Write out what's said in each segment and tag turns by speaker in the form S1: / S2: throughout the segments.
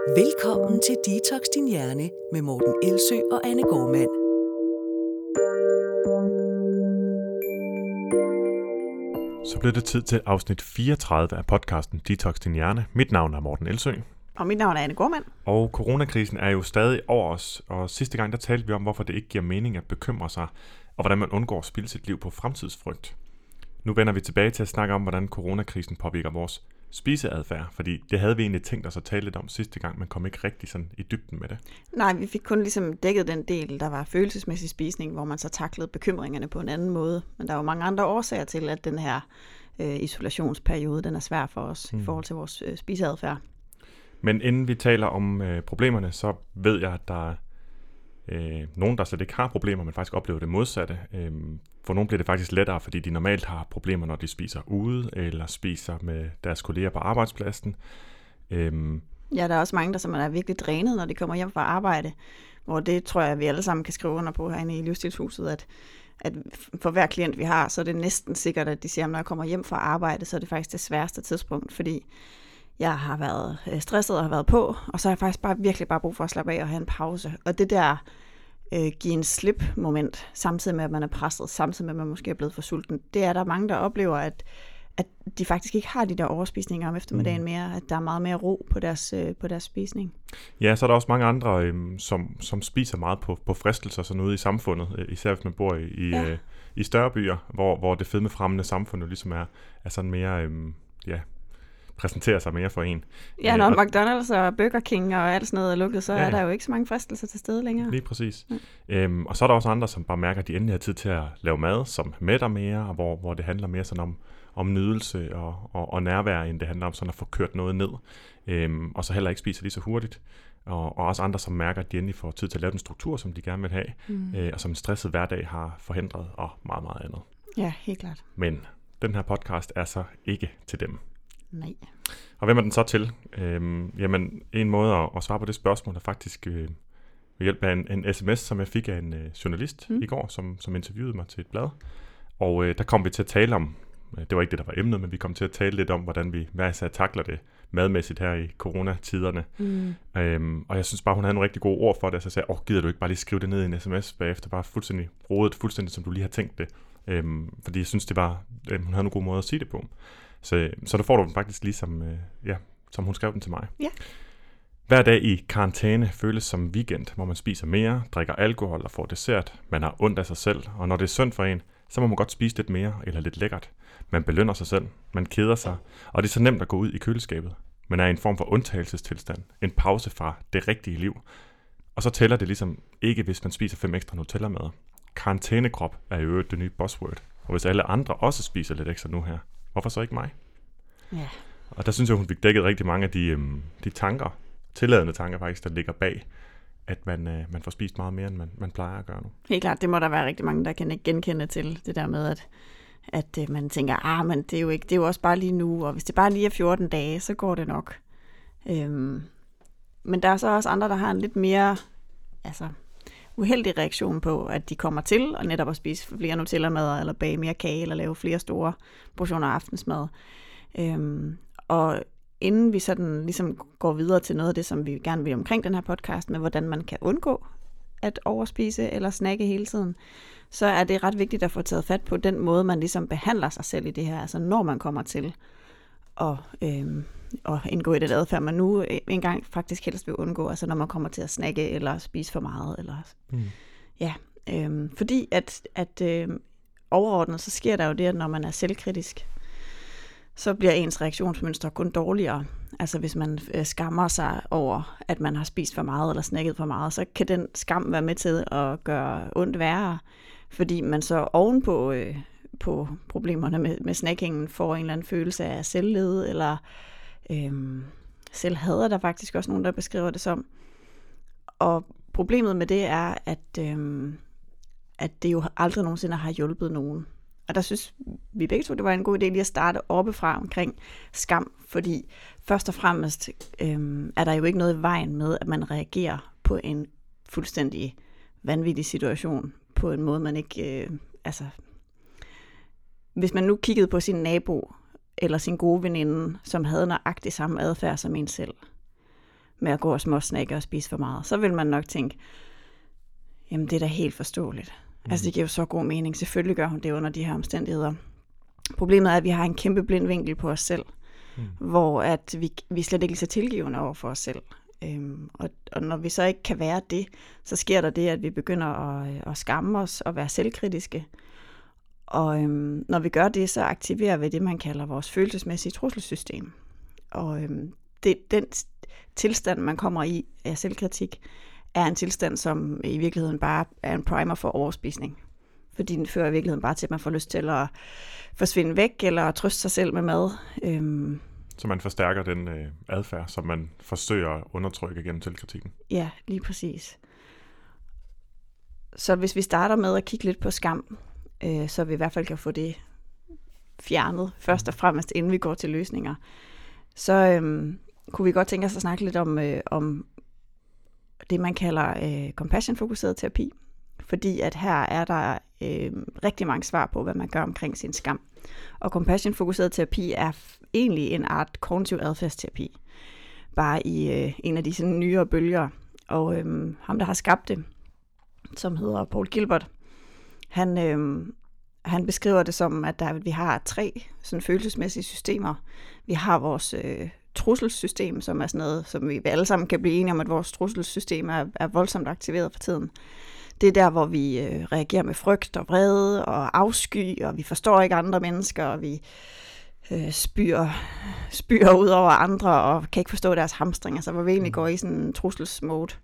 S1: Velkommen til Detox Din Hjerne med Morten Elsø og Anne Gormand.
S2: Så blev det tid til afsnit 34 af podcasten Detox Din Hjerne. Mit navn er Morten Elsø.
S3: Og mit navn er Anne Gormand.
S2: Og coronakrisen er jo stadig over os, og sidste gang der talte vi om, hvorfor det ikke giver mening at bekymre sig, og hvordan man undgår at spilde sit liv på fremtidsfrygt. Nu vender vi tilbage til at snakke om, hvordan coronakrisen påvirker vores spiseadfærd, fordi det havde vi egentlig tænkt os at tale lidt om sidste gang, men kom ikke rigtig sådan i dybden med det.
S3: Nej, vi fik kun ligesom dækket den del, der var følelsesmæssig spisning, hvor man så taklede bekymringerne på en anden måde. Men der er jo mange andre årsager til, at den her isolationsperiode, den er svær for os i forhold til vores spiseadfærd.
S2: Men inden vi taler om problemerne, så ved jeg, at der er nogen, der slet ikke har problemer, men faktisk oplever det modsatte. For nogle bliver det faktisk lettere, fordi de normalt har problemer, når de spiser ude, eller spiser med deres kolleger på arbejdspladsen.
S3: Ja, der er også mange, der simpelthen er virkelig drænet, når de kommer hjem fra arbejde, hvor det tror jeg, vi alle sammen kan skrive under på herinde i Livsstilshuset, at for hver klient, vi har, så er det næsten sikkert, at de siger, at når jeg kommer hjem fra arbejde, så er det faktisk det sværeste tidspunkt, fordi jeg har været stresset og har været på, og så har jeg faktisk virkelig brug for at slappe af og have en pause. Og det der give en slip-moment, samtidig med, at man er presset, samtidig med, at man måske er blevet for sulten, det er der mange, der oplever, at de faktisk ikke har de der overspisninger om eftermiddagen mere, at der er meget mere ro på deres spisning.
S2: Ja, så er der også mange andre, som spiser meget på fristelser sådan ude i samfundet, især hvis man bor i større byer, hvor det fedmefremmende samfund jo ligesom er sådan mere, præsenterer sig mere for en.
S3: Ja, når McDonald's og Burger King og alt sådan noget er lukket, så er der jo ikke så mange fristelser til stede længere.
S2: Lige præcis. Og så er der også andre, som bare mærker, at de endelig har tid til at lave mad, som mætter mere, og hvor det handler mere sådan om nydelse og nærvær, end det handler om sådan at få kørt noget ned. Og så heller ikke spiser lige så hurtigt. Og også andre, som mærker, at de endelig får tid til at lave den struktur, som de gerne vil have, og som en stresset hverdag har forhindret, og meget, meget andet.
S3: Ja, helt klart.
S2: Men den her podcast er så ikke til dem.
S3: Nej.
S2: Og hvem er den så til? Jamen, en måde at svare på det spørgsmål er faktisk ved hjælp af en sms, som jeg fik af en journalist i går, som interviewede mig til et blad. Og der kom vi til at tale om, det var ikke det, der var emnet, men vi kom til at tale lidt om, hvordan vi hver især takler det madmæssigt her i coronatiderne. Og jeg synes bare, hun havde nogle rigtig gode ord for det, så jeg sagde, gider du ikke bare lige skrive det ned i en sms bagefter, bare fuldstændig rodet, fuldstændig som du lige har tænkt det. Fordi jeg synes, hun havde nogle gode måder at sige det på. Så der får du den faktisk lige som hun skrev den til mig.
S3: Ja.
S2: Hver dag i karantæne føles som weekend, hvor man spiser mere, drikker alkohol og får dessert. Man har ondt af sig selv, og når det er synd for en, så må man godt spise lidt mere eller lidt lækkert. Man belønner sig selv, man keder sig, og det er så nemt at gå ud i køleskabet. Man er i en form for undtagelsestilstand, en pause fra det rigtige liv. Og så tæller det ligesom ikke, hvis man spiser 5 ekstra Nutella-madder. Karantænekrop er i øvrigt det nye buzzword, og hvis alle andre også spiser lidt ekstra nu her, hvorfor så ikke mig?
S3: Ja.
S2: Og der synes jeg, hun fik dækket rigtig mange af de tanker, tilladende tanker faktisk, der ligger bag, at man får spist meget mere, end man plejer at gøre nu.
S3: Helt klart, det må der være rigtig mange, der kan ikke genkende til det der med, at man tænker, men det er jo også bare lige nu, og hvis det bare lige er 14 dage, så går det nok. Men der er så også andre, der har en lidt mere uheldig reaktion på, at de kommer til og netop at spise flere Nutella-madder, eller bage mere kage, eller lave flere store portioner aftensmad. Og inden vi sådan ligesom går videre til noget af det, som vi gerne vil omkring den her podcast, med hvordan man kan undgå at overspise eller snakke hele tiden, så er det ret vigtigt at få taget fat på den måde, man ligesom behandler sig selv i det her, altså når man kommer til at indgå i det adfærd, man nu engang faktisk helst vil undgå, altså når man kommer til at snakke eller spise for meget. Eller, fordi at overordnet, så sker der jo det, at når man er selvkritisk, så bliver ens reaktionsmønstre kun dårligere. Altså hvis man skammer sig over, at man har spist for meget eller snakket for meget, så kan den skam være med til at gøre ondt værre, fordi man så ovenpå på problemerne med snackingen får en eller anden følelse af selvlede, eller selvhader, der faktisk også nogen, der beskriver det som. Og problemet med det er, at det jo aldrig nogensinde har hjulpet nogen. Og der synes vi begge to, det var en god idé lige at starte oppefra omkring skam, fordi først og fremmest er der jo ikke noget i vejen med, at man reagerer på en fuldstændig vanvittig situation, på en måde, man ikke... hvis man nu kiggede på sin nabo, eller sin gode veninde, som havde nøjagtig samme adfærd som en selv, med at gå og småsnakke og spise for meget, så vil man nok tænke, jamen det er da helt forståeligt. Altså det giver jo så god mening. Selvfølgelig gør hun det under de her omstændigheder. Problemet er, at vi har en kæmpe blind vinkel på os selv, hvor at vi slet ikke er så tilgivende over for os selv. Og når vi så ikke kan være det, så sker der det, at vi begynder at skamme os og være selvkritiske. Og når vi gør det, så aktiverer vi det, man kalder vores følelsesmæssige trusselssystem. Og den tilstand, man kommer i af selvkritik, er en tilstand, som i virkeligheden bare er en primer for overspisning. Fordi den fører i virkeligheden bare til, at man får lyst til at forsvinde væk, eller at trøste sig selv med mad.
S2: Så man forstærker den adfærd, som man forsøger at undertrykke gennem selvkritikken.
S3: Ja, lige præcis. Så hvis vi starter med at kigge lidt på skam, så vi i hvert fald kan få det fjernet, først og fremmest, inden vi går til løsninger, så kunne vi godt tænke os at snakke lidt om det, man kalder compassion-fokuseret terapi. Fordi at her er der rigtig mange svar på, hvad man gør omkring sin skam. Og compassion-fokuseret terapi er egentlig en art kognitiv adfærdsterapi. Bare i en af de sådan nyere bølger. Og ham, der har skabt det, som hedder Paul Gilbert, han beskriver det som, at vi har 3 sådan følelsesmæssige systemer. Vi har vores trusselssystem, som er sådan noget, som vi alle sammen kan blive enige om, at vores trusselssystem er voldsomt aktiveret for tiden. Det er der, hvor vi reagerer med frygt og vrede og afsky, og vi forstår ikke andre mennesker, og vi spyr ud over andre, og kan ikke forstå deres hamstring, altså hvor vi egentlig går i sådan en trusselsmode.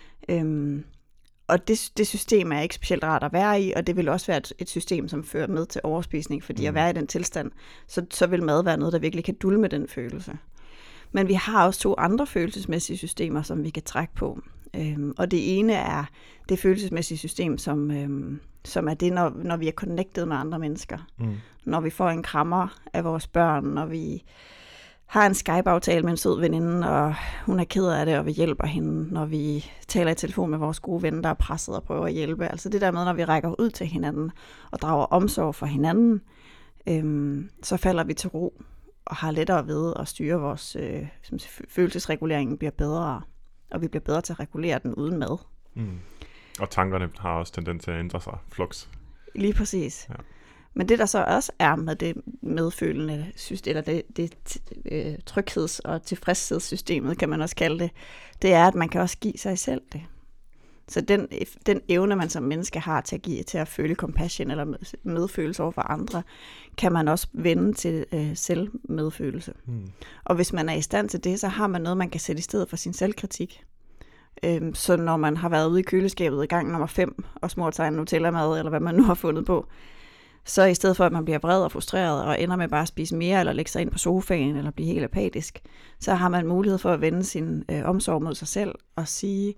S3: Og det system er ikke specielt rart at være i, og det vil også være et system, som fører med til overspisning, fordi at være i den tilstand, så vil mad være noget, der virkelig kan dulme den følelse. Men vi har også 2 andre følelsesmæssige systemer, som vi kan trække på. Og det ene er det følelsesmæssige system, som er det, når vi er connected med andre mennesker. Når vi får en krammer af vores børn, når vi har en Skype-aftale med en sød veninde, og hun er ked af det, og vi hjælper hende, når vi taler i telefon med vores gode venner, der er presset og prøver at hjælpe. Altså det der med, når vi rækker ud til hinanden og drager omsorg for hinanden, så falder vi til ro og har lettere ved at styre vores følelsesreguleringen bliver bedre, og vi bliver bedre til at regulere den uden mad.
S2: Og tankerne har også tendens til at ændre sig, flux.
S3: Lige præcis.
S2: Ja.
S3: Men det der så også er med det medfølende system, eller det trygheds- og tilfredshedssystemet, kan man også kalde det, det er, at man kan også give sig selv det. Så den evne, man som menneske har til at føle compassion eller medfølelse over for andre, kan man også vende til selvmedfølelse. Og hvis man er i stand til det, så har man noget, man kan sætte i stedet for sin selvkritik. Så når man har været ude i køleskabet i gang nummer 5 og smurt sig en Nutella-mad, eller hvad man nu har fundet på, så i stedet for, at man bliver vred og frustreret og ender med bare at spise mere, eller lægge sig ind på sofaen, eller blive helt apatisk, så har man mulighed for at vende sin omsorg mod sig selv og sige,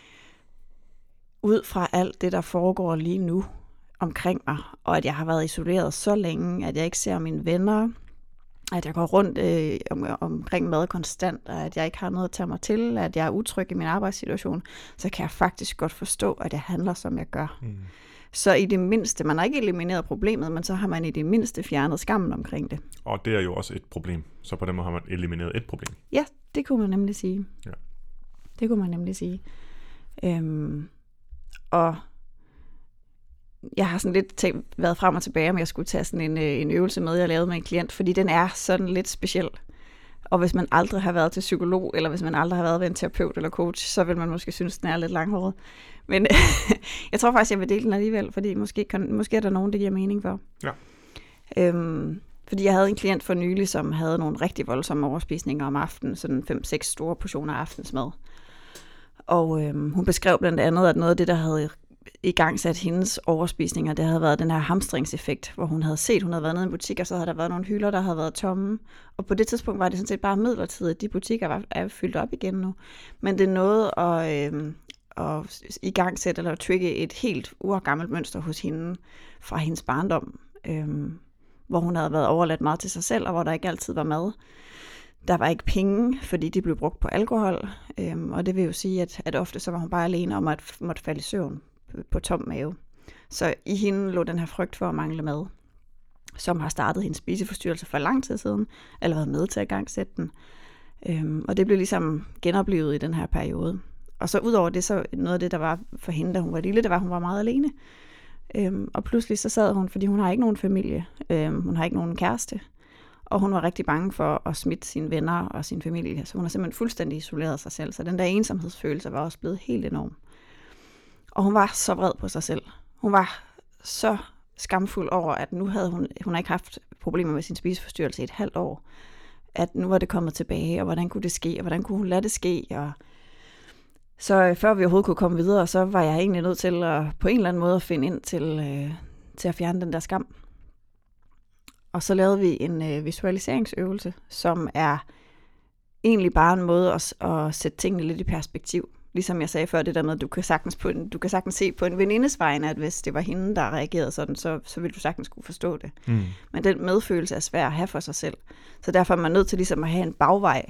S3: ud fra alt det, der foregår lige nu omkring mig, og at jeg har været isoleret så længe, at jeg ikke ser mine venner, at jeg går rundt omkring mad konstant, og at jeg ikke har noget at tage mig til, at jeg er utryg i min arbejdssituation, så kan jeg faktisk godt forstå, at jeg handler, som jeg gør. Så i det mindste, man har ikke elimineret problemet, men så har man i det mindste fjernet skammen omkring det.
S2: Og det er jo også et problem, så på den måde har man elimineret et problem.
S3: Ja, det kunne man nemlig sige.
S2: Ja.
S3: Det kunne man nemlig sige. Og jeg har sådan lidt været frem og tilbage, om jeg skulle tage sådan en øvelse med, jeg lavede med en klient, fordi den er sådan lidt speciel. Og hvis man aldrig har været til psykolog, eller hvis man aldrig har været ved en terapeut eller coach, så vil man måske synes, den er lidt langhåret. Men jeg tror faktisk, jeg vil dele den alligevel, fordi måske er der nogen, det giver mening for.
S2: Ja.
S3: Fordi jeg havde en klient for nylig, som havde nogle rigtig voldsomme overspisninger om aftenen, sådan 5-6 store portioner aftensmad. Og hun beskrev blandt andet, at noget af det, der havde i gang sat hendes overspisninger, det havde været den her hamstringseffekt, hvor hun havde været nede i en butik, og så havde der været nogle hylder, der havde været tomme. Og på det tidspunkt var det sådan set bare midlertidigt. De butikker er fyldt op igen nu. Men det nåede at i gang sætte eller trigge et helt urgammelt mønster hos hende fra hendes barndom, hvor hun havde været overladt meget til sig selv, og hvor der ikke altid var mad. Der var ikke penge, fordi de blev brugt på alkohol, og det vil jo sige, at ofte så var hun bare alene om at måtte falde i søvn på tom mave. Så i hende lå den her frygt for at mangle mad, som har startet hendes spiseforstyrrelse for lang tid siden, eller været med til at gangsætte den. Og det blev ligesom genoplevet i den her periode. Og så udover det, så noget af det, der var for hende, da hun var lille, det var, at hun var meget alene. Og pludselig så sad hun, fordi hun har ikke nogen familie, hun har ikke nogen kæreste, og hun var rigtig bange for at smitte sine venner og sin familie, så hun har simpelthen fuldstændig isoleret sig selv, så den der ensomhedsfølelse var også blevet helt enorm. Og hun var så vred på sig selv. Hun var så skamfuld over, at nu havde hun ikke haft problemer med sin spiseforstyrrelse i et halvt år, at nu var det kommet tilbage, og hvordan kunne det ske, og hvordan kunne hun lade det ske, og så før vi overhovedet kunne komme videre, så var jeg egentlig nødt til at på en eller anden måde at finde ind til at fjerne den der skam. Og så lavede vi en visualiseringsøvelse, som er egentlig bare en måde at sætte tingene lidt i perspektiv. Ligesom jeg sagde før, det der med, at du kan sagtens se på en venindes vegne, at hvis det var hende, der reagerede sådan, så ville du sagtens kunne forstå det. Men den medfølelse er svær at have for sig selv. Så derfor er man nødt til ligesom at have en bagvej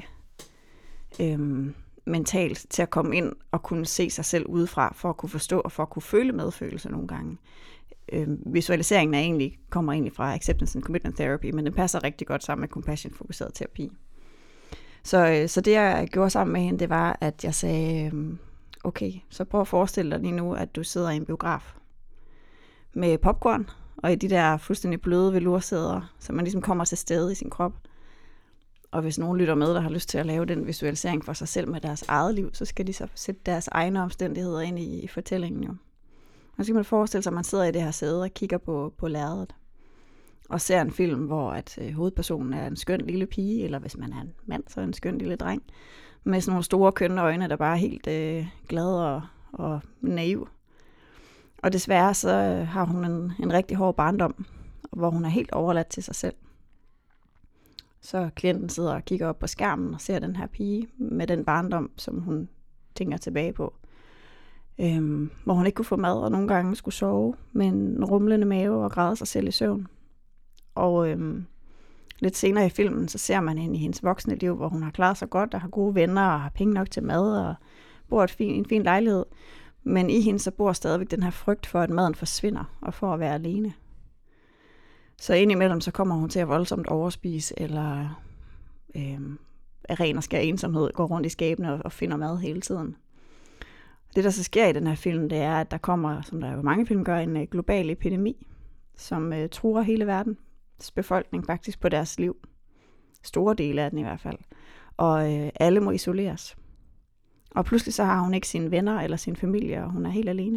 S3: mentalt til at komme ind og kunne se sig selv udefra, for at kunne forstå og for at kunne føle medfølelse nogle gange. Visualiseringen kommer egentlig fra Acceptance and Commitment Therapy, men den passer rigtig godt sammen med compassion-fokuseret terapi. Så det, jeg gjorde sammen med hende, det var, at jeg sagde, okay, så prøv at forestille dig lige nu, at du sidder i en biograf med popcorn, og i de der fuldstændig bløde velursæder, så man ligesom kommer til stede i sin krop. Og hvis nogen lytter med, der har lyst til at lave den visualisering for sig selv med deres eget liv, så skal de så sætte deres egne omstændigheder ind i fortællingen jo. Og så kan man forestille sig, at man sidder i det her sæde og kigger på lærredet og ser en film, hvor at hovedpersonen er en skøn lille pige, eller hvis man er en mand, så er en skøn lille dreng, med sådan nogle store kønne øjne, der bare er helt glade og naiv. Og desværre så har hun en rigtig hård barndom, hvor hun er helt overladt til sig selv. Så klienten sidder og kigger op på skærmen og ser den her pige med den barndom, som hun tænker tilbage på. Hvor hun ikke kunne få mad, og nogle gange skulle sove med en rumlende mave og græde sig selv i søvn. Og lidt senere i filmen, så ser man hende i hendes voksne liv, hvor hun har klaret sig godt og har gode venner og har penge nok til mad og bor i en fin lejlighed. Men i hende så bor stadigvæk den her frygt for, at maden forsvinder og for at være alene. Så indimellem så kommer hun til at voldsomt overspise, eller af ren og skær ensomhed går rundt i skabene og finder mad hele tiden. Det, der så sker i den her film, det er, at der kommer, som der jo mange film gør, en global epidemi, som truer hele verdens befolkning faktisk på deres liv. Store dele af den i hvert fald. Og alle må isoleres. Og pludselig så har hun ikke sine venner eller sin familie, og hun er helt alene.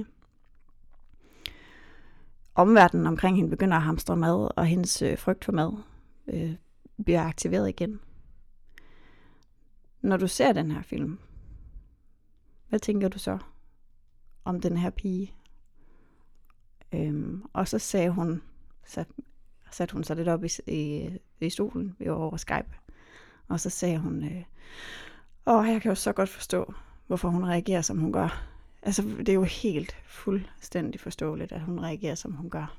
S3: Omverdenen omkring hende begynder at hamstre mad, og hendes frygt for mad bliver aktiveret igen. Når du ser den her film, hvad tænker du så om den her pige? Og så satte hun sig lidt op i stolen, vi var over Skype, og så sagde hun, jeg kan jo så godt forstå, hvorfor hun reagerer, som hun gør. Altså, det er jo helt fuldstændig forståeligt, at hun reagerer, som hun gør.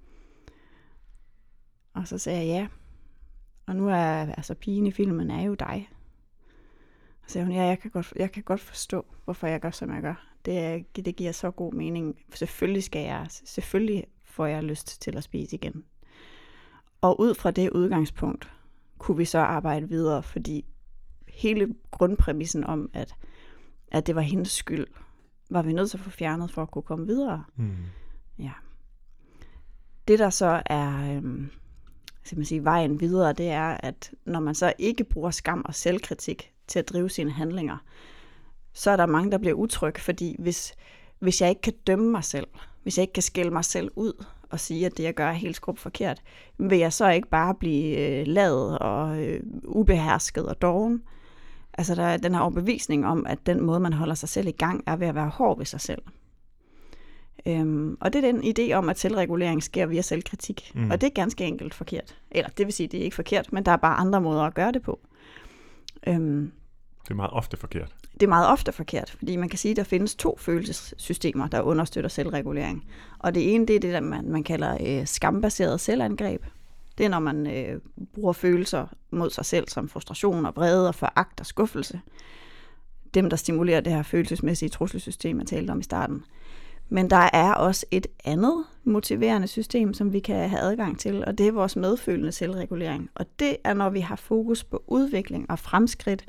S3: Og så sagde jeg ja. Og nu er pigen i filmen er jo dig. Og så sagde hun, ja, jeg kan godt forstå, hvorfor jeg gør, som jeg gør. Det giver så god mening. Selvfølgelig får jeg lyst til at spise igen. Og ud fra det udgangspunkt, kunne vi så arbejde videre, fordi hele grundpræmissen om, at det var hendes skyld, var vi nødt til at få fjernet for at kunne komme videre. Ja. Det der så er vejen videre, det er, at når man så ikke bruger skam og selvkritik til at drive sine handlinger, så er der mange, der bliver utryg, fordi hvis jeg ikke kan dømme mig selv, hvis jeg ikke kan skælde mig selv ud og sige, at det jeg gør er helt skrubt forkert, vil jeg så ikke bare blive lad og ubehersket og doven. Altså der er den her overbevisning om, at den måde, man holder sig selv i gang, er ved at være hård ved sig selv. Og det er den idé om, at selvregulering sker via selvkritik. Og det er ganske enkelt forkert. Eller det vil sige, det er ikke forkert, men der er bare andre måder at gøre det på.
S2: Det er meget ofte forkert.
S3: Det er meget ofte forkert, fordi man kan sige, at der findes 2 følelsessystemer, der understøtter selvregulering. Og det ene, det er det, der man kalder skambaseret selvangreb. Det er, når man bruger følelser mod sig selv, som frustration og vrede og foragt og skuffelse. Dem, der stimulerer det her følelsesmæssige trusselsystem, jeg talte om i starten. Men der er også et andet motiverende system, som vi kan have adgang til, og det er vores medfølende selvregulering. Og det er, når vi har fokus på udvikling og fremskridt,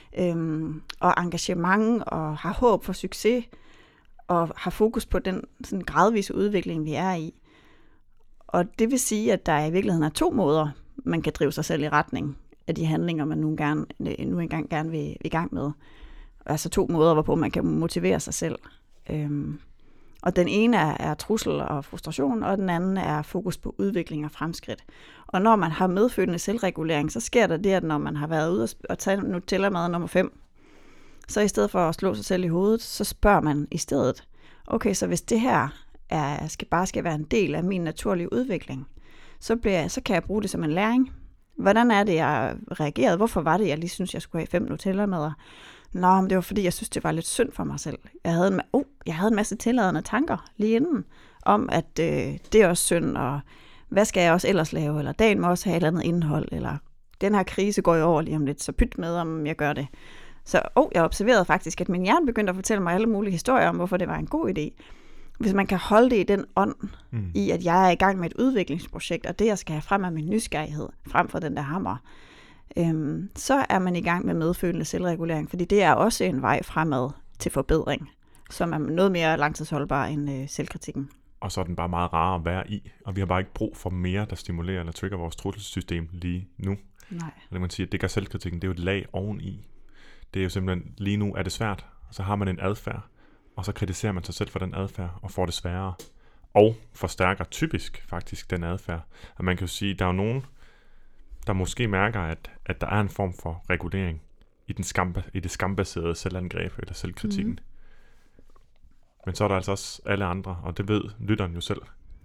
S3: og engagement og har håb for succes, og har fokus på den sådan gradvise udvikling, vi er i. Og det vil sige, at der i virkeligheden er 2 måder, man kan drive sig selv i retning af de handlinger, man nu engang gerne vil i gang med. Altså 2 måder, hvorpå man kan motivere sig selv. Og den ene er trussel og frustration, og den anden er fokus på udvikling og fremskridt. Og når man har medfølende selvregulering, så sker der det, at når man har været ude og tage Nutella-mad nummer 5, så i stedet for at slå sig selv i hovedet, så spørger man i stedet, okay, så hvis det her skal være en del af min naturlige udvikling, så kan jeg bruge det som en læring. Hvordan er det, jeg reagerede? Hvorfor var det, jeg lige synes, jeg skulle have 5 Nutella-madder? Nå, men det var fordi, jeg synes, det var lidt synd for mig selv. Jeg havde en masse tilladende tanker lige inden, om at det er også synd, og hvad skal jeg også ellers lave? Eller dagen må også have et eller andet indhold, eller den her krise går jo over lige om lidt, så pyt med, om jeg gør det. Så jeg observerede faktisk, at min hjerne begyndte at fortælle mig alle mulige historier om, hvorfor det var en god idé. Hvis man kan holde det i den ånd, i at jeg er i gang med et udviklingsprojekt, og det, jeg skal have frem af min nysgerrighed, frem for den der hammer, så er man i gang med medfølende selvregulering, fordi det er også en vej fremad til forbedring, som er noget mere langtidsholdbar end selvkritikken.
S2: Og så er den bare meget rar at være i, og vi har bare ikke brug for mere, der stimulerer eller trigger vores trusselsystem lige nu.
S3: Nej.
S2: Og det man siger, det gør selvkritikken, det er jo et lag oveni. Det er jo simpelthen, lige nu er det svært, og så har man en adfærd, og så kritiserer man sig selv for den adfærd, og får det sværere. Og forstærker typisk faktisk den adfærd. Og man kan jo sige, der er jo nogen, der måske mærker, at der er en form for regulering i det skambaserede selvangreb eller selvkritikken. Men så er der altså også alle andre, og det ved lytteren jo selv,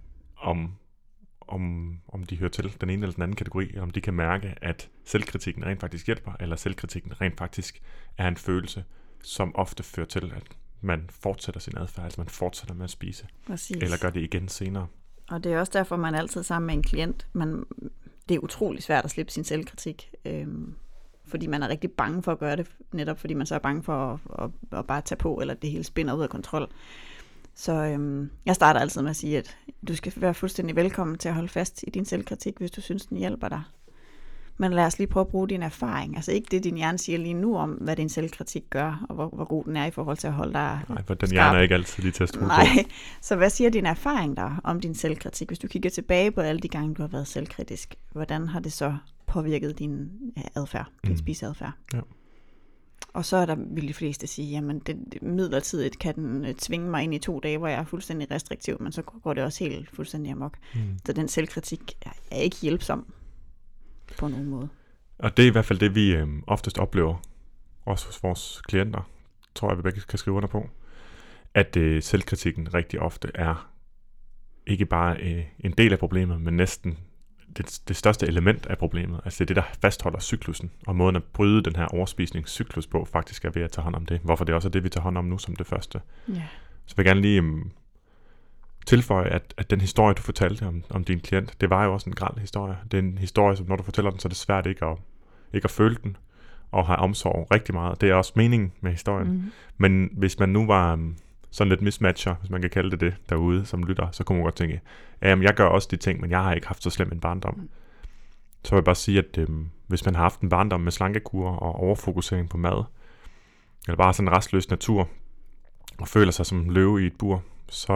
S2: om de hører til den ene eller den anden kategori, eller om de kan mærke, at selvkritikken rent faktisk hjælper, eller selvkritikken rent faktisk er en følelse, som ofte fører til, at man fortsætter sin adfærd, altså man fortsætter med at spise.
S3: Præcis.
S2: Eller gør det igen senere.
S3: Og det er også derfor, man altid sammen med en klient, det er utrolig svært at slippe sin selvkritik, fordi man er rigtig bange for at gøre det, netop fordi man så er bange for at bare tage på, eller det hele spinder ud af kontrol. Så jeg starter altid med at sige, at du skal være fuldstændig velkommen til at holde fast i din selvkritik, hvis du synes, den hjælper dig. Men lad os lige prøve at bruge din erfaring. Altså ikke det, din hjerne siger lige nu om, hvad din selvkritik gør, og hvor god den er i forhold til at holde dig
S2: Nej, for den hjerne er ikke altid lige til at stole på.
S3: Nej, så hvad siger din erfaring der om din selvkritik? Hvis du kigger tilbage på alle de gange, du har været selvkritisk, hvordan har det så påvirket din adfærd, din spiseadfærd?
S2: Ja.
S3: Og så vil de fleste sige, jamen midlertidigt kan den tvinge mig ind i 2 dage, hvor jeg er fuldstændig restriktiv, men så går det også helt fuldstændig amok. Så den selvkritik er ikke hjælpsom på nogen måde.
S2: Og det er i hvert fald det, vi oftest oplever, også hos vores klienter, tror jeg, vi begge kan skrive under på, at selvkritikken rigtig ofte er ikke bare en del af problemet, men næsten det største element af problemet. Altså det er det, der fastholder cyklusen, og måden at bryde den her overspisningscyklus på, faktisk er ved at tage hånd om det. Hvorfor det også er det, vi tager hånd om nu som det første. Yeah. Så vil jeg gerne lige tilføje, at den historie, du fortalte om din klient, det var jo også en græld historie. Det er en historie, som når du fortæller den, så er det svært ikke at føle den, og have omsorg rigtig meget. Det er også meningen med historien. Men hvis man nu var sådan lidt mismatcher, hvis man kan kalde det derude som lytter, så kunne man godt tænke, jeg gør også de ting, men jeg har ikke haft så slem en barndom. Så vil jeg bare sige, at hvis man har haft en barndom med slankekur og overfokusering på mad, eller bare sådan en restløs natur, og føler sig som en løve i et bur, så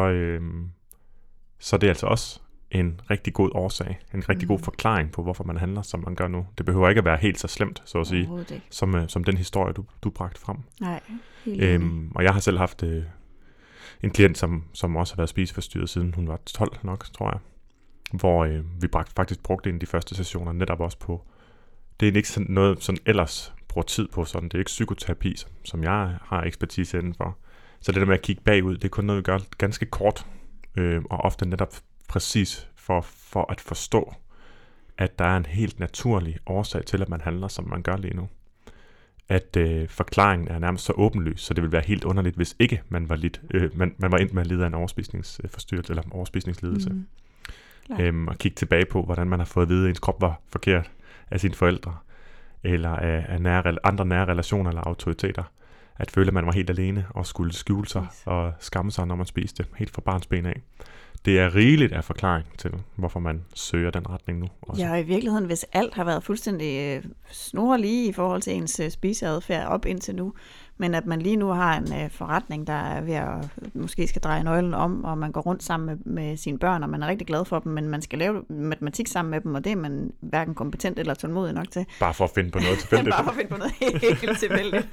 S2: er det altså også en rigtig god årsag, en rigtig god forklaring på, hvorfor man handler, som man gør nu. Det behøver ikke at være helt så slemt, så at sige, som den historie, du bragte frem. Nej, og jeg har selv haft en klient, som også har været spiseforstyrret, siden hun var 12 nok, tror jeg, hvor vi faktisk brugte en af de første sessioner netop også på, det er ikke sådan noget, sådan ellers bruger tid på, sådan, det er ikke psykoterapi, som jeg har ekspertise inden for. Så det der med at kigge bagud, det er kun noget, vi gør ganske kort, og ofte netop præcis for at forstå, at der er en helt naturlig årsag til, at man handler, som man gør lige nu. At forklaringen er nærmest så åbenlys, så det ville være helt underligt, hvis ikke man var man var endt med at lide af en overspisningsforstyrrelse eller overspisningslidelse. Og kigge tilbage på, hvordan man har fået at vide, at ens krop var forkert af sine forældre, eller af andre nære relationer eller autoriteter. at føle, at man var helt alene og skulle skjule sig og skamme sig, når man spiste, helt fra barnsben af. Det er rigeligt af forklaring til, hvorfor man søger den retning nu. Også.
S3: Ja, og i virkeligheden, hvis alt har været fuldstændig snorlige i forhold til ens spiseadfærd op indtil nu, men at man lige nu har en forretning, der er ved at måske skal dreje nøglen om, og man går rundt sammen med sine børn, og man er rigtig glad for dem, men man skal lave matematik sammen med dem, og det er man hverken kompetent eller tålmodig nok til.
S2: Bare for at finde på noget tilfældigt.
S3: Bare for at finde på noget helt tilfældigt.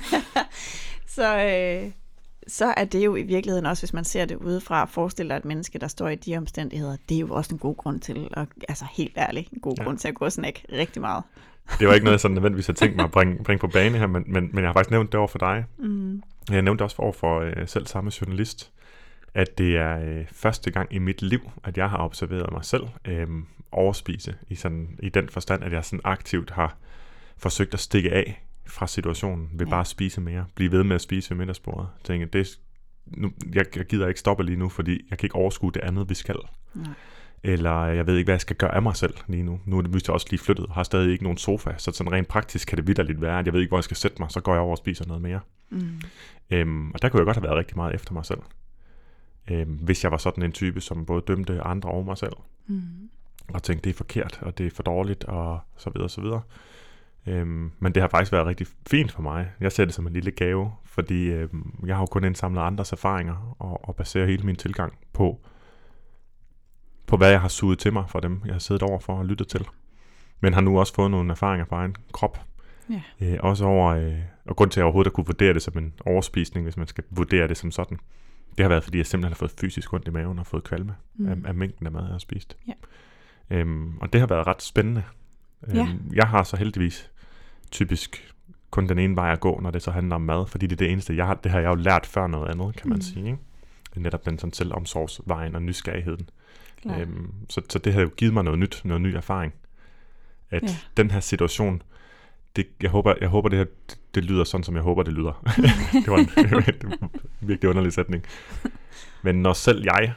S3: Så er det jo i virkeligheden også, hvis man ser det udefra, forestiller et menneske, der står i de omstændigheder, det er jo også en god grund til, altså helt ærligt, en god grund til at gå og snakke rigtig meget.
S2: Det var ikke noget, jeg sådan nødvendigvis har tænkt mig at bringe på bane her, men jeg har faktisk nævnt det over for dig. Mm. Jeg nævnte også over for selv samme journalist, at det er første gang i mit liv, at jeg har observeret mig selv overspise, i den forstand, at jeg sådan aktivt har forsøgt at stikke af fra situationen, ved bare at spise mere, blive ved med at spise ved middagsbordet. Jeg tænker, jeg gider ikke stoppe lige nu, fordi jeg kan ikke overskue det andet, vi skal. Nej. Eller jeg ved ikke, hvad jeg skal gøre af mig selv lige nu. Nu er det også lige flyttet, og har stadig ikke nogen sofa, så sådan rent praktisk kan det vitterligt være, at jeg ved ikke, hvor jeg skal sætte mig, så går jeg over og spiser noget mere. Og der kunne jeg godt have været rigtig meget efter mig selv. Hvis jeg var sådan en type, som både dømte andre og mig selv. Og tænkte, det er forkert, og det er for dårligt, og så videre, så videre. Men det har faktisk været rigtig fint for mig. Jeg ser det som en lille gave, fordi jeg har jo kun indsamlet andres erfaringer, og baserer hele min tilgang på hvad jeg har suget til mig fra dem, jeg har siddet over for og lyttet til. Men har nu også fået nogle erfaringer på egen krop. Ja. Også over, og grund til at jeg overhovedet at kunne vurdere det som en overspisning, hvis man skal vurdere det som sådan, det har været, fordi jeg simpelthen har fået fysisk ondt i maven og fået kvalme af mængden af mad, jeg har spist. Ja. Og det har været ret spændende. Jeg har så heldigvis typisk kun den ene vej at gå, når det så handler om mad, fordi det er det eneste, det har jeg jo lært før noget andet, kan man sige. Ikke? Netop den sådan selvomsorgsvejen og nysgerrigheden. Så det har jo givet mig noget nyt, noget ny erfaring. At den her situation, jeg håber det her, det lyder sådan, som jeg håber, det lyder. Det var en virkelig underlig sætning. Men når selv jeg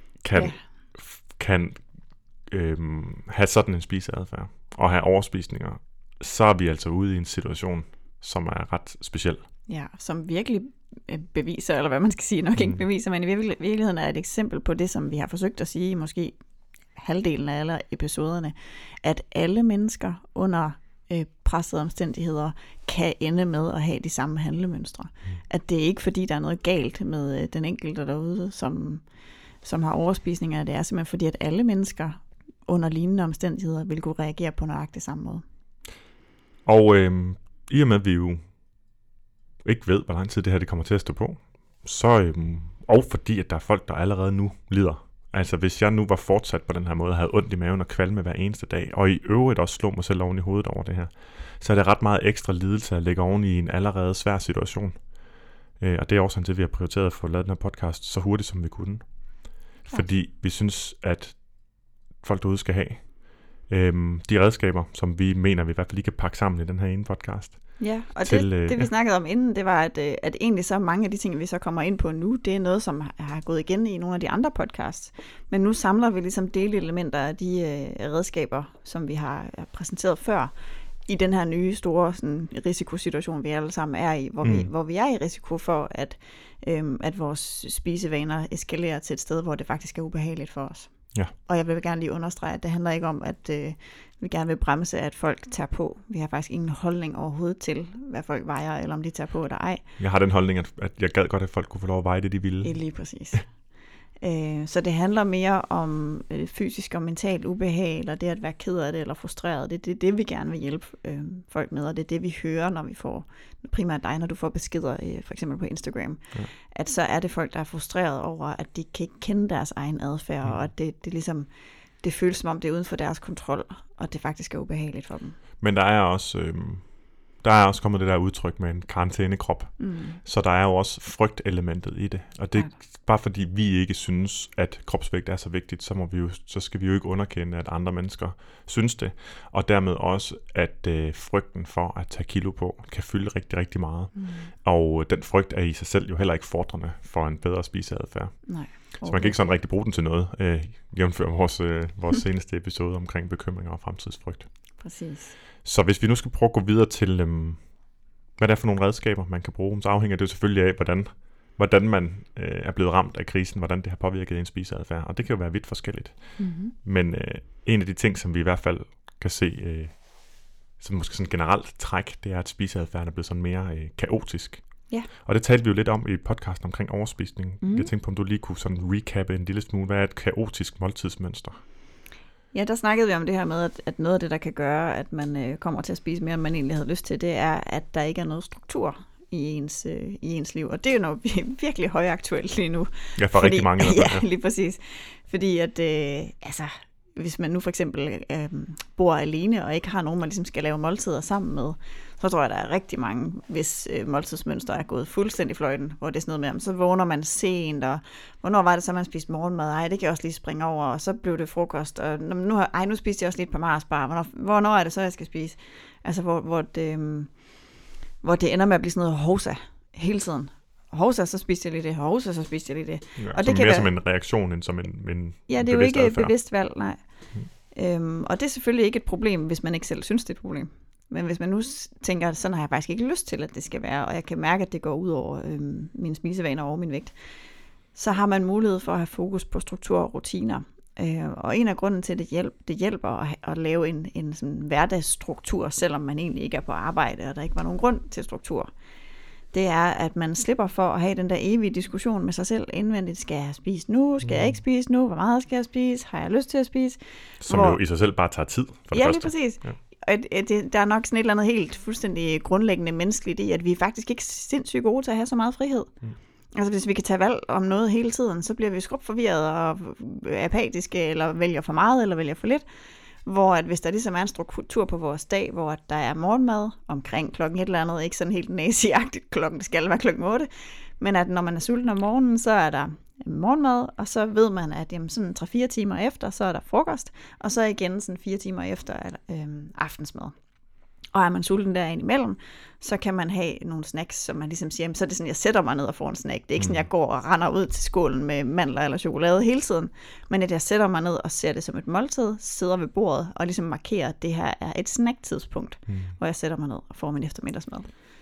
S2: kan have sådan en spiseadfærd, og have overspisninger, så er vi altså ude i en situation, som er ret speciel. Ja,
S3: som virkelig beviser, eller hvad man skal sige, nok ikke beviser, men i virkeligheden er et eksempel på det, som vi har forsøgt at sige, måske halvdelen af alle episoderne, at alle mennesker under pressede omstændigheder kan ende med at have de samme handlemønstre. At det er ikke fordi, der er noget galt med den enkelte derude, som har overspisninger, det er simpelthen fordi, at alle mennesker under lignende omstændigheder vil kunne reagere på nøjagtig samme måde.
S2: Og i og med, at vi jo ikke ved, hvor lang tid det her det kommer til at stå på, så, og fordi, at der er folk, der allerede nu lider. Altså, hvis jeg nu var fortsat på den her måde, havde ondt i maven og kvalme hver eneste dag, og i øvrigt også slå mig selv oven i hovedet over det her, så er det ret meget ekstra lidelse at lægge oven i en allerede svær situation. Og det er også sådan, at vi har prioriteret at få lavet den her podcast så hurtigt, som vi kunne. Fordi vi synes, at folk derude skal have de redskaber, som vi mener, vi i hvert fald lige kan pakke sammen i den her ene podcast.
S3: Ja, og det vi snakkede om inden, det var, at egentlig så mange af de ting, vi så kommer ind på nu, det er noget, som har gået igen i nogle af de andre podcasts. Men nu samler vi ligesom delelementer af de redskaber, som vi har præsenteret før, i den her nye store sådan, risikosituation, vi alle sammen er i, hvor vi er i risiko for, at vores spisevaner eskalerer til et sted, hvor det faktisk er ubehageligt for os. Ja. Og jeg vil gerne lige understrege, at det handler ikke om, at vi gerne vil bremse, at folk tager på. Vi har faktisk ingen holdning overhovedet til, hvad folk vejer, eller om de tager på eller ej. Jeg har den holdning, at jeg gad godt, at folk kunne få lov at veje det, de ville. Lige præcis. Så det handler mere om fysisk og mental ubehag, eller det at være ked af det, eller frustreret. Det er det, vi gerne vil hjælpe folk med, og det er det, vi hører, når vi får, primært dig, når du får beskeder, for eksempel på Instagram, at så er det folk, der er frustreret over, at de kan ikke kende deres egen adfærd, og at det ligesom, det føles som om, det er uden for deres kontrol, og det faktisk er ubehageligt for dem. Men der er også kommet det der udtryk med en karantænekrop. Så der er jo også frygtelementet i det. Og det er bare fordi vi ikke synes, at kropsvægt er så vigtigt, så skal vi jo ikke underkende, at andre mennesker synes det. Og dermed også, at frygten for at tage kilo på kan fylde rigtig, rigtig meget. Og den frygt er i sig selv jo heller ikke fordrende for en bedre spiseadfærd. Nej. Så man kan ikke sådan rigtig bruge den til noget, jævnfør vores seneste episode omkring bekymringer og fremtidsfrygt. Præcis. Så hvis vi nu skal prøve at gå videre til
S2: hvad det er for nogle redskaber, man kan bruge, så afhænger det jo selvfølgelig af, hvordan man er blevet ramt af krisen, hvordan det har påvirket ens spiseadfærd. Og det kan jo være vidt forskelligt. Mm-hmm. Men en af de ting, som vi i hvert fald kan se, som måske sådan generelt træk, det er, at spiseadfærden er blevet sådan mere kaotisk.
S3: Ja.
S2: Og det talte vi jo lidt om i podcasten omkring overspisning. Jeg tænkte på, om du lige kunne sådan recappe en lille smule. Hvad er et kaotisk måltidsmønster?
S3: Ja, der snakkede vi om det her med, at noget af det, der kan gøre, at man kommer til at spise mere, end man egentlig havde lyst til, det er, at der ikke er noget struktur i ens liv. Og det er jo noget virkelig højaktuelt lige nu.
S2: Ja, for rigtig mange.
S3: Ja, lige præcis. Fordi at, hvis man nu for eksempel bor alene, og ikke har nogen, man ligesom skal lave måltider sammen med, så tror jeg, der er rigtig mange, hvis måltidsmønster er gået fuldstændig fløjten, hvor det er sådan noget med, så vågner man sent, og hvornår var det så, man spiste morgenmad? Ej, det kan jeg også lige springe over, og så blev det frokost, og nu spiste jeg også lidt på Mars bar. Hvornår er det så, jeg skal spise? Altså, hvor det ender med at blive sådan noget hovsa hele tiden. Hovsa, så spiste jeg lige det. Hovsa, så spiste jeg lige det.
S2: Ja, og det kan mere som en reaktion, end som en
S3: ja, det er jo ikke et bevidst valg, nej. Og det er selvfølgelig ikke et problem, hvis man ikke selv synes, det er et problem. Men hvis man nu tænker, at sådan har jeg faktisk ikke lyst til, at det skal være, og jeg kan mærke, at det går ud over mine spisevaner og min vægt, så har man mulighed for at have fokus på struktur og rutiner. Og en af grunden til, at det hjælper at lave en sådan hverdagsstruktur, selvom man egentlig ikke er på arbejde, og der ikke var nogen grund til struktur, det er, at man slipper for at have den der evige diskussion med sig selv indvendigt. Skal jeg spise nu? Skal jeg ikke spise nu? Hvor meget skal jeg spise? Har jeg lyst til at spise?
S2: Som jo i sig selv bare tager tid, for det første.
S3: Lige præcis. Ja. Og der er nok sådan et eller andet helt fuldstændig grundlæggende menneskeligt i, at vi er faktisk ikke sindssygt gode til at have så meget frihed. Altså hvis vi kan tage valg om noget hele tiden, så bliver vi skrubforvirret og apatiske, eller vælger for meget, eller vælger for lidt. Hvor at hvis der ligesom er en struktur på vores dag, hvor der er morgenmad omkring klokken et eller andet, ikke sådan helt naziagtigt, klokken skal være klokken 8, men at når man er sulten om morgenen, så er der morgenmad, og så ved man, at jamen, sådan 3-4 timer efter, så er der frokost, og så igen sådan 4 timer efter aftensmad. Og er man sulten der imellem, så kan man have nogle snacks, som man ligesom siger, jamen, så er det sådan, jeg sætter mig ned og får en snack. Det er ikke sådan, jeg går og render ud til skålen med mandler eller chokolade hele tiden, men at jeg sætter mig ned og ser det som et måltid, sidder ved bordet og ligesom markerer, at det her er et snacktidspunkt, hvor jeg sætter mig ned og får min eftermiddagsmad.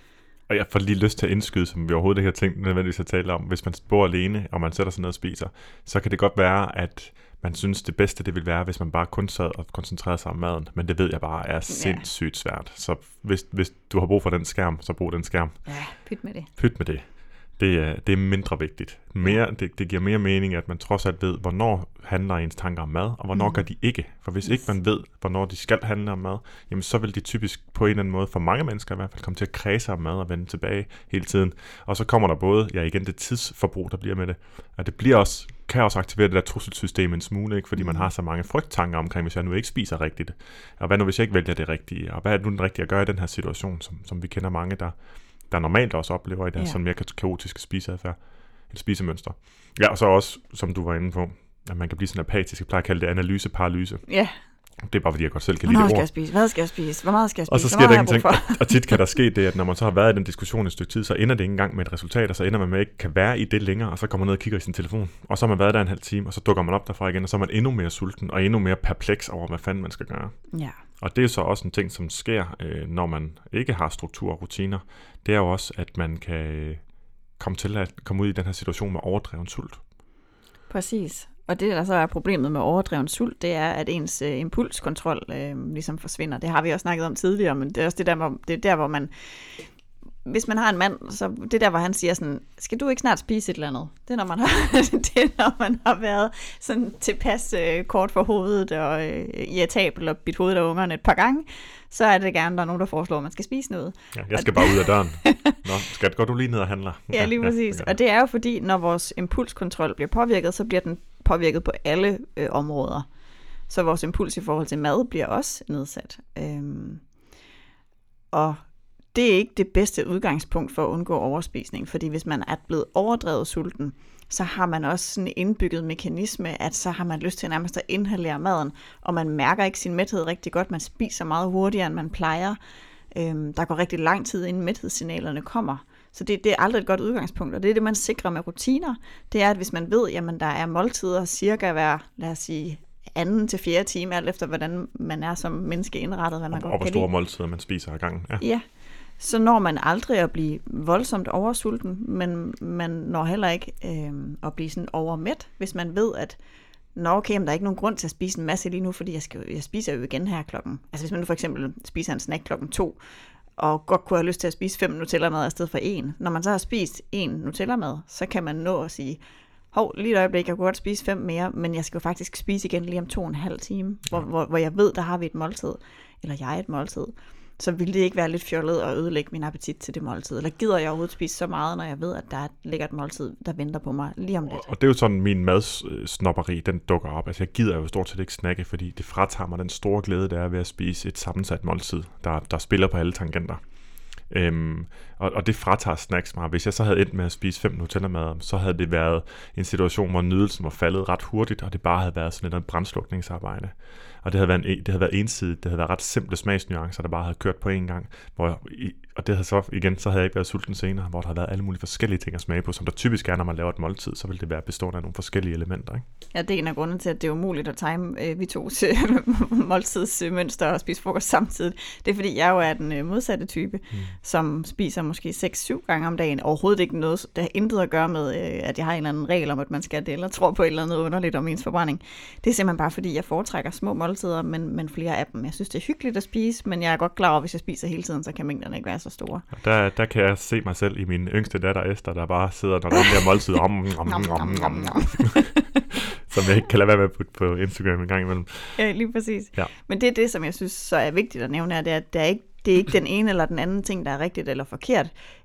S3: Og
S2: jeg får lige lyst til at indskyde, som vi overhovedet ikke har tænkt nødvendigvis at tale om. Hvis man bor alene, og man sætter sig ned og spiser, så kan det godt være, at man synes, det bedste det vil være, hvis man bare kun sad og koncentrerede sig om maden. Men det ved jeg bare er sindssygt svært. Så hvis du har brug for den skærm, så brug den skærm.
S3: Ja, pyt med det.
S2: Pyt med det. Det er mindre vigtigt. Det giver mere mening, at man trods alt ved, hvornår handler ens tanker om mad, og hvornår gør de ikke. For hvis ikke man ved, hvornår de skal handle om mad, jamen så vil de typisk på en eller anden måde, for mange mennesker i hvert fald, komme til at kredse om mad og vende tilbage hele tiden. Og så kommer der både, igen det tidsforbrug, der bliver med det, og det kan også aktivere det der trusselsystem en smule, ikke? Fordi man har så mange frygttanker omkring, hvis jeg nu ikke spiser rigtigt. Og hvad nu, hvis jeg ikke vælger det rigtige? Og hvad er det nu den rigtige at gøre i den her situation, som vi kender mange, der normalt også oplever i deres sådan mere kaotiske spiseadfærd, et spisemønster. Ja, og så også, som du var inde på, at man kan blive sådan apatisk. Jeg plejer at kalde det analyseparalyse.
S3: Ja.
S2: Det er bare, fordi jeg godt selv kan lide det ord.
S3: Skal jeg spise? Hvad skal jeg spise? Hvor meget skal jeg spise?
S2: Og så sker der ingenting. Og tit kan der ske det, at når man så har været i den diskussion et stykke tid, så ender det ikke engang med et resultat, og så ender man med at ikke kan være i det længere, og så kommer man ned og kigger i sin telefon. Og så har man været der en halv time, og så dukker man op derfra igen, og så er man endnu mere sulten, og endnu mere perpleks over, hvad fanden man skal gøre.
S3: Ja.
S2: Og det er så også en ting, som sker, når man ikke har struktur og rutiner. Det er jo også, at man kan komme ud i den her situation med overdreven sult. Præcis.
S3: Og det, der så er problemet med overdreven sult, det er, at ens impulskontrol ligesom forsvinder. Det har vi også snakket om tidligere, men det er også det er der, hvor man... Hvis man har en mand, så det er der, hvor han siger sådan, skal du ikke snart spise et eller andet? Det er, når man har været sådan tilpas kort for hovedet og irritabel og bidt hovedet af ungerne et par gange, så er det gerne, der er nogen, der foreslår, at man skal spise noget.
S2: Ja, jeg skal bare ud af døren. Nå, skat, går du lige ned og handler?
S3: Ja, lige præcis. Ja. Og det er jo fordi, når vores impulskontrol bliver påvirket, så bliver den påvirket på alle områder. Så vores impuls i forhold til mad bliver også nedsat. Og det er ikke det bedste udgangspunkt for at undgå overspisning, fordi hvis man er blevet overdrevet sulten, så har man også sådan en indbygget mekanisme, at så har man lyst til nærmest at inhalere maden, og man mærker ikke sin mæthed rigtig godt, man spiser meget hurtigere, end man plejer. Der går rigtig lang tid, inden mæthedssignalerne kommer. Så det er aldrig et godt udgangspunkt, og det er det, man sikrer med rutiner. Det er, at hvis man ved, jamen der er måltider cirka hver, lad os sige, 2. til 4. time, alt efter hvordan man er som menneske indrettet, hvad man godt kan lide.
S2: Og hvor store måltider man spiser ad gangen.
S3: Ja. så når man aldrig at blive voldsomt oversulten, men man når heller ikke at blive sådan overmæt, hvis man ved, at okay, men der er ikke nogen grund til at spise en masse lige nu, fordi jeg spiser jo igen her klokken. Altså hvis man nu for eksempel spiser en snack 2:00, og godt kunne have lyst til at spise 5 Nutella-mad i stedet for 1. Når man så har spist 1 Nutella-mad, så kan man nå at sige, lige et øjeblik, jeg kunne godt spise 5 mere, men jeg skal jo faktisk spise igen lige om 2,5 timer, hvor jeg ved, der har vi et måltid, eller jeg et måltid. Så ville det ikke være lidt fjollet at ødelægge min appetit til det måltid? Eller gider jeg overhovedet spise så meget, når jeg ved, at der er et lækkert måltid, der venter på mig lige om lidt?
S2: Og det er jo sådan, min madsnopperi, den dukker op. Altså jeg gider jo stort set ikke snakke, fordi det fratager mig den store glæde, der er ved at spise et sammensat måltid, der spiller på alle tangenter. Og det fratager snacks mig. Hvis jeg så havde endt med at spise 5 Nutella-mad, så havde det været en situation, hvor nydelsen var faldet ret hurtigt, og det bare havde været sådan et brandslukningsarbejde. Og det havde været ensidigt, det havde været ret simple smagsnuancer, der bare havde kørt på en gang. Og det havde så igen, så havde jeg ikke været sulten senere, hvor der havde været alle mulige forskellige ting at smage på, som der typisk er, når man laver et måltid, så vil det være bestående af nogle forskellige elementer, ikke?
S3: Ja, det er en af grunden til, at det er umuligt at time vi tos måltidsmønster og spise frokost samtidig. Det er fordi, jeg jo er den modsatte type, som spiser måske 6-7 gange om dagen. Overhovedet ikke noget, der har intet at gøre med, at jeg har en eller anden regel om, at man skal det, eller tror på et eller andet underligt om ens forbrænding. Det er simpelthen bare fordi, jeg foretrækker små måltider, men flere af dem. Jeg synes, det er hyggeligt at spise, men jeg er godt klar over, at hvis jeg spiser hele tiden, så kan mængderne ikke være så store.
S2: Der kan jeg se mig selv i min yngste datter Esther, der bare sidder, når der bliver måltid som jeg ikke kan lade være med at putte på Instagram en gang imellem.
S3: Ja, lige præcis.
S2: Ja.
S3: Men det er det, som jeg synes så er vigtigt at nævne, er, at det er ikke den ene eller den anden ting, der er rigtigt eller forkert.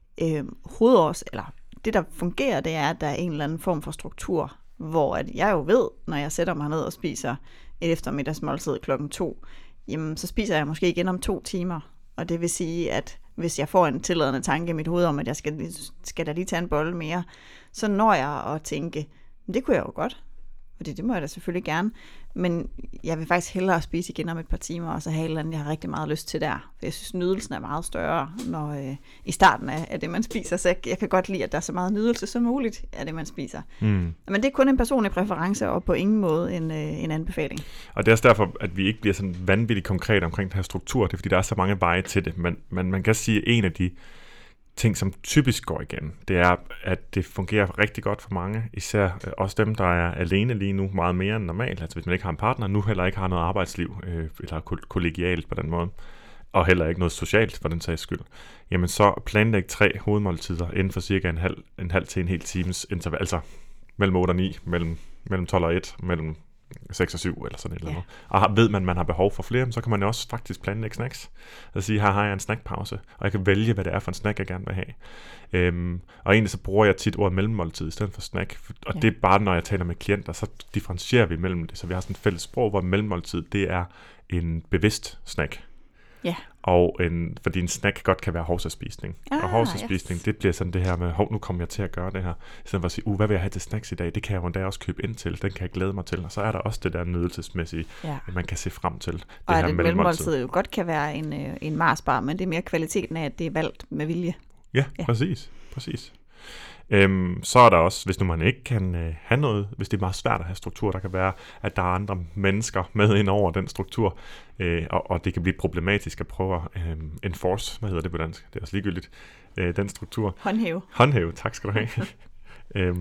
S3: Det, der fungerer, det er, at der er en eller anden form for struktur, hvor at jeg jo ved, når jeg sætter mig ned og spiser et eftermiddagsmåltid 2:00, jamen så spiser jeg måske igen om 2 timer. Og det vil sige, at hvis jeg får en tilladende tanke i mit hoved om, at jeg skal da lige tage en bolle mere, så når jeg at tænke, det kunne jeg jo godt, fordi det må jeg da selvfølgelig gerne, men jeg vil faktisk hellere spise igen om et par timer, og så have et eller andet, jeg har rigtig meget lyst til der. For jeg synes, nydelsen er meget større når i starten af det, man spiser. Så jeg kan godt lide, at der er så meget nydelse som muligt af det, man spiser. Men det er kun en personlig præference, og på ingen måde en anbefaling.
S2: Og det er også derfor, at vi ikke bliver sådan vanvittigt konkret omkring den her struktur. Det er, fordi der er så mange veje til det. Men man kan sige, at en af de ting, som typisk går igen, det er, at det fungerer rigtig godt for mange, især også dem, der er alene lige nu, meget mere end normalt. Altså hvis man ikke har en partner, nu heller ikke har noget arbejdsliv, eller kollegialt på den måde, og heller ikke noget socialt for den sags skyld, jamen så planlæg 3 hovedmåltider inden for cirka en halv til en hel times interval, altså mellem 8 og 9, mellem 12 og 1, mellem 6 og 7 eller sådan et eller andet. Og ved man har behov for flere, så kan man jo også faktisk planlægge snacks. Altså sige, her har jeg en snackpause, og jeg kan vælge, hvad det er for en snack, jeg gerne vil have. Og egentlig så bruger jeg tit ordet mellemmåltid i stedet for snack. Og det er bare, når jeg taler med klienter, så differentierer vi mellem det. Så vi har sådan et fælles sprog, hvor mellemmåltid, det er en bevidst snack.
S3: Ja.
S2: Og fordi en snack godt kan være hovsaspisning. Og hovsaspisning, det bliver sådan det her med, nu kommer jeg til at gøre det her. I stedet for at sige, hvad vil jeg have til snacks i dag? Det kan jeg jo endda også købe ind til. Den kan jeg glæde mig til. Og så er der også det der nydelsesmæssige, man kan se frem til. Det
S3: og
S2: her
S3: at et mellemmåltid jo godt kan være en Mars-bar, men det er mere kvaliteten af, at det er valgt med vilje.
S2: Ja. Præcis. Så er der også, hvis nu man ikke kan have noget, hvis det er meget svært at have struktur, der kan være, at der er andre mennesker med ind over den struktur, og det kan blive problematisk at prøve at enforce, hvad hedder det på dansk? Det er også ligegyldigt, den struktur. Håndhæve, tak skal du have.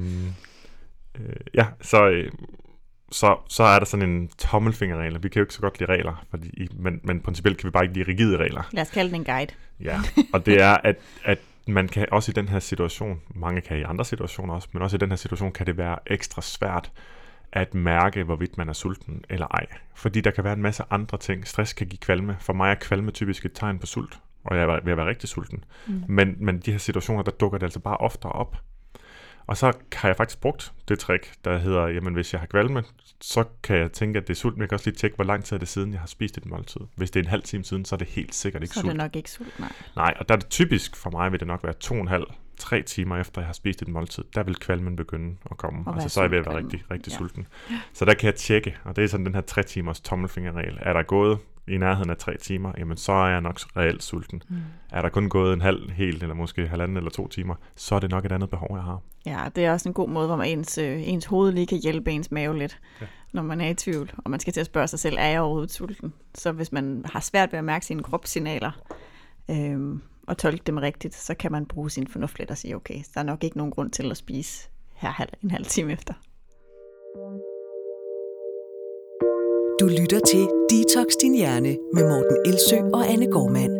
S2: Så er der sådan en tommelfingerregel. Vi kan jo ikke så godt lide regler, men principielt kan vi bare ikke lide rigide regler.
S3: Lad os kalde den en guide.
S2: Ja, og det er, at man kan også i den her situation, mange kan i andre situationer også, men også i den her situation kan det være ekstra svært at mærke, hvorvidt man er sulten eller ej. Fordi der kan være en masse andre ting. Stress kan give kvalme. For mig er kvalme typisk et tegn på sult, og jeg vil være rigtig sulten. Men de her situationer, der dukker det altså bare oftere op. Og så har jeg faktisk brugt det trick, der hedder, jamen hvis jeg har kvalme, så kan jeg tænke, at det er sult, men jeg kan også lige tjekke, hvor lang tid er det siden, jeg har spist et måltid. Hvis det er en halv time siden, så er det helt sikkert ikke sult.
S3: Så er det nok ikke sult, nej.
S2: Nej, og der er det typisk for mig, vil det nok være 2,5-3 timer efter, jeg har spist et måltid. Der vil kvalmen begynde at komme. Altså så er jeg ved at være rigtig sulten. Så der kan jeg tjekke, og det er sådan den her 3 timers tommelfingerregel. Er der gået i nærheden af 3 timer, jamen så er jeg nok reelt sulten. Er der kun gået en halv, helt eller måske 1,5 eller 2 timer, så er det nok et andet behov, jeg har. Ja,
S3: det er også en god måde, hvor man ens hoved lige kan hjælpe ens mave lidt, når man er i tvivl, og man skal til at spørge sig selv, er jeg overhovedet sulten? Så hvis man har svært ved at mærke sine kropssignaler, at tolke dem rigtigt, så kan man bruge sin fornuft lidt og sige, okay, der er nok ikke nogen grund til at spise her en halv time efter.
S1: Du lytter til Detox Din Hjerne med Morten Elsø og Anne Gårdmand.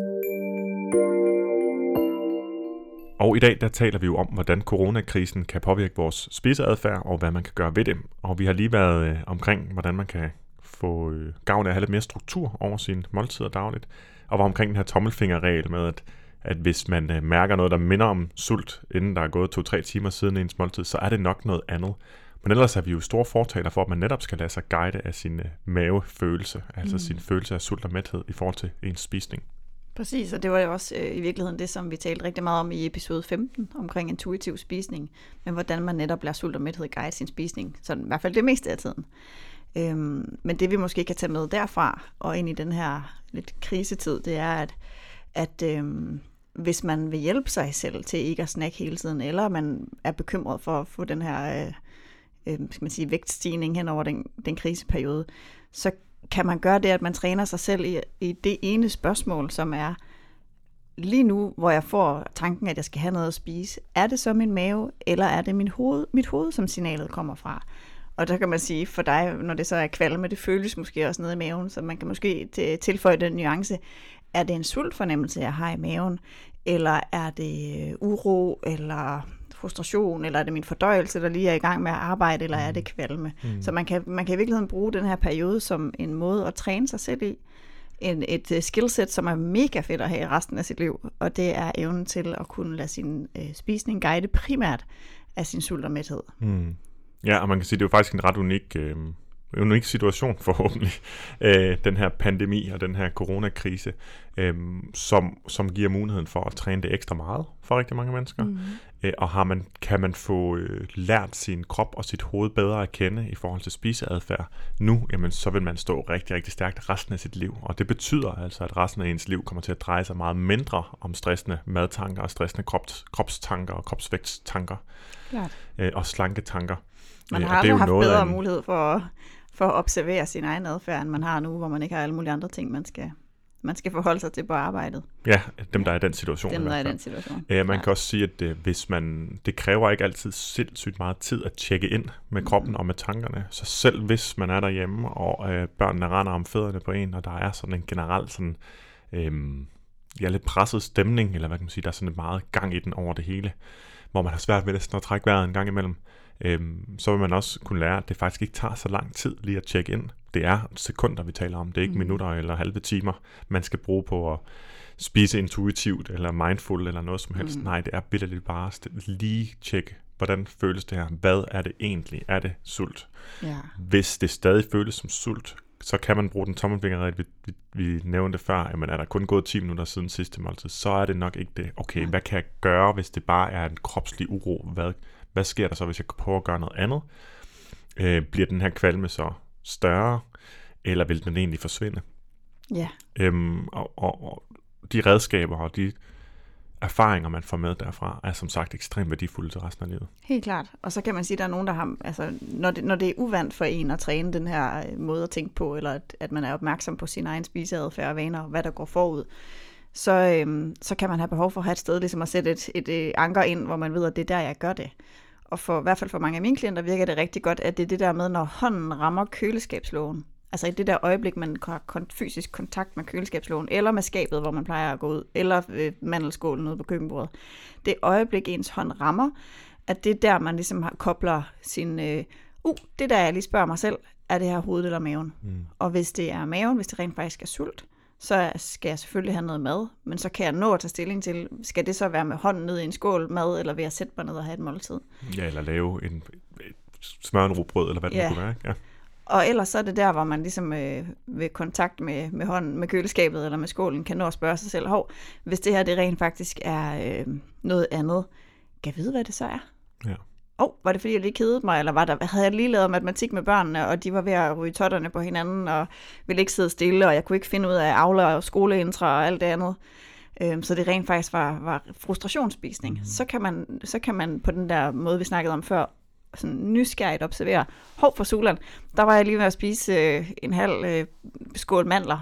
S2: Og i dag der taler vi jo om, hvordan coronakrisen kan påvirke vores spiseadfærd, og hvad man kan gøre ved det. Og vi har lige været omkring, hvordan man kan få gavn af at have lidt mere struktur over sine måltider dagligt. Og var omkring den her tommelfingerregel med, at hvis man mærker noget, der minder om sult, inden der er gået 2-3 timer siden ens måltid, så er det nok noget andet. Men ellers er vi jo store fortaler for, at man netop skal lade sig guide af sin mavefølelse, altså sin følelse af sult og mæthed i forhold til ens spisning.
S3: Præcis, og det var jo også i virkeligheden det, som vi talte rigtig meget om i episode 15, omkring intuitiv spisning, men hvordan man netop lader sult og mæthed guide sin spisning, sådan i hvert fald det meste af tiden. Men det vi måske kan tage med derfra og ind i den her lidt krisetid, det er, at hvis man vil hjælpe sig selv til ikke at snakke hele tiden, eller man er bekymret for at få den her skal man sige, vægtstigning hen over den kriseperiode, så kan man gøre det, at man træner sig selv i det ene spørgsmål, som er, lige nu, hvor jeg får tanken, at jeg skal have noget at spise, er det så min mave, eller er det mit hoved, som signalet kommer fra? Og der kan man sige, for dig, når det så er kvalme, det føles måske også nede i maven, så man kan måske tilføje den nuance, er det en sultfornemmelse, jeg har i maven, eller er det uro, eller frustration, eller er det min fordøjelse, der lige er i gang med at arbejde, eller er det kvalme? Så man kan i virkeligheden bruge den her periode som en måde at træne sig selv i, et skillset, som er mega fedt at have resten af sit liv, og det er evnen til at kunne lade sin spisning guide primært af sin sult og mæthed.
S2: Ja, og man kan sige, det er jo faktisk en ret unik situation forhåbentlig, den her pandemi og den her coronakrise, som giver muligheden for at træne det ekstra meget for rigtig mange mennesker. Og kan man få lært sin krop og sit hoved bedre at kende i forhold til spiseadfærd nu, jamen, så vil man stå rigtig, rigtig stærkt resten af sit liv. Og det betyder altså, at resten af ens liv kommer til at dreje sig meget mindre om stressende madtanker og stressende kropstanker og kropsvægtstanker og slanke tanker.
S3: Man har aldrig haft bedre mulighed for at observere sin egen adfærd, end man har nu, hvor man ikke har alle mulige andre ting, man skal forholde sig til på arbejdet.
S2: Ja, dem der er i den situation. Man kan også sige, at det kræver ikke altid sindssygt meget tid at tjekke ind med kroppen og med tankerne. Så selv hvis man er derhjemme, og børnene render om fødderne på en, og der er sådan en generel sådan, lidt presset stemning, eller hvad kan man sige, der er sådan meget gang i den over det hele, hvor man har svært ved at trække vejret en gang imellem, så vil man også kunne lære, at det faktisk ikke tager så lang tid lige at tjekke ind. Det er sekunder, vi taler om. Det er ikke minutter eller halve timer, man skal bruge på at spise intuitivt eller mindful eller noget som helst. Nej, det er billedligt bare lige tjekke, hvordan føles det her? Hvad er det egentlig? Er det sult?
S3: Ja.
S2: Hvis det stadig føles som sult, så kan man bruge den tommelfingerregel, vi nævnte før, jamen er der kun gået 10 minutter siden sidste måltid, så er det nok ikke det. Okay, hvad kan jeg gøre, hvis det bare er en kropslig uro? Hvad sker der så, hvis jeg prøver at gøre noget andet? Bliver den her kvalme så større, eller vil den egentlig forsvinde?
S3: Ja.
S2: Og de redskaber og de erfaringer, man får med derfra, er som sagt ekstremt værdifulde til resten af livet.
S3: Helt klart. Og så kan man sige, at der er nogen, der har, altså, når det er uvant for en at træne den her måde at tænke på, eller at man er opmærksom på sin egen spiseadfærd og vaner, og hvad der går forud, så kan man have behov for at have et sted, ligesom at sætte et anker ind, hvor man ved, at det er der, jeg gør det. Og i hvert fald for mange af mine klienter virker det rigtig godt, at det er det der med, når hånden rammer køleskabslågen. Altså i det der øjeblik, man har fysisk kontakt med køleskabslågen, eller med skabet, hvor man plejer at gå ud, eller mandelskålen ude på køkkenbordet. Det øjeblik, ens hånd rammer, at det er der, man ligesom kobler sin, det der jeg lige spørger mig selv, er det her hovedet eller maven? Og hvis det er maven, hvis det rent faktisk er sult, så skal jeg selvfølgelig have noget mad, men så kan jeg nå at tage stilling til, skal det så være med hånden ned i en skål mad, eller vil jeg sætte mig ned og have et måltid? Ja,
S2: eller lave smøre en rugbrød, eller hvad det kunne være. Ja.
S3: Og ellers så er det der, hvor man ligesom ved kontakt med hånden, med køleskabet eller med skålen, kan nå at spørge sig selv, hvis det her det rent faktisk er noget andet, kan jeg vide, hvad det så er?
S2: Ja.
S3: Var det fordi, jeg lige kedede mig, eller havde jeg lige lavet matematik med børnene, og de var ved at ryge totterne på hinanden, og ville ikke sidde stille, og jeg kunne ikke finde ud af Aula og skoleintra og alt det andet. Så det rent faktisk var frustrationsspisning. Så kan man på den der måde, vi snakkede om før, sådan nysgerrigt observere, for Sulan, der var jeg lige ved at spise en halv skål mandler.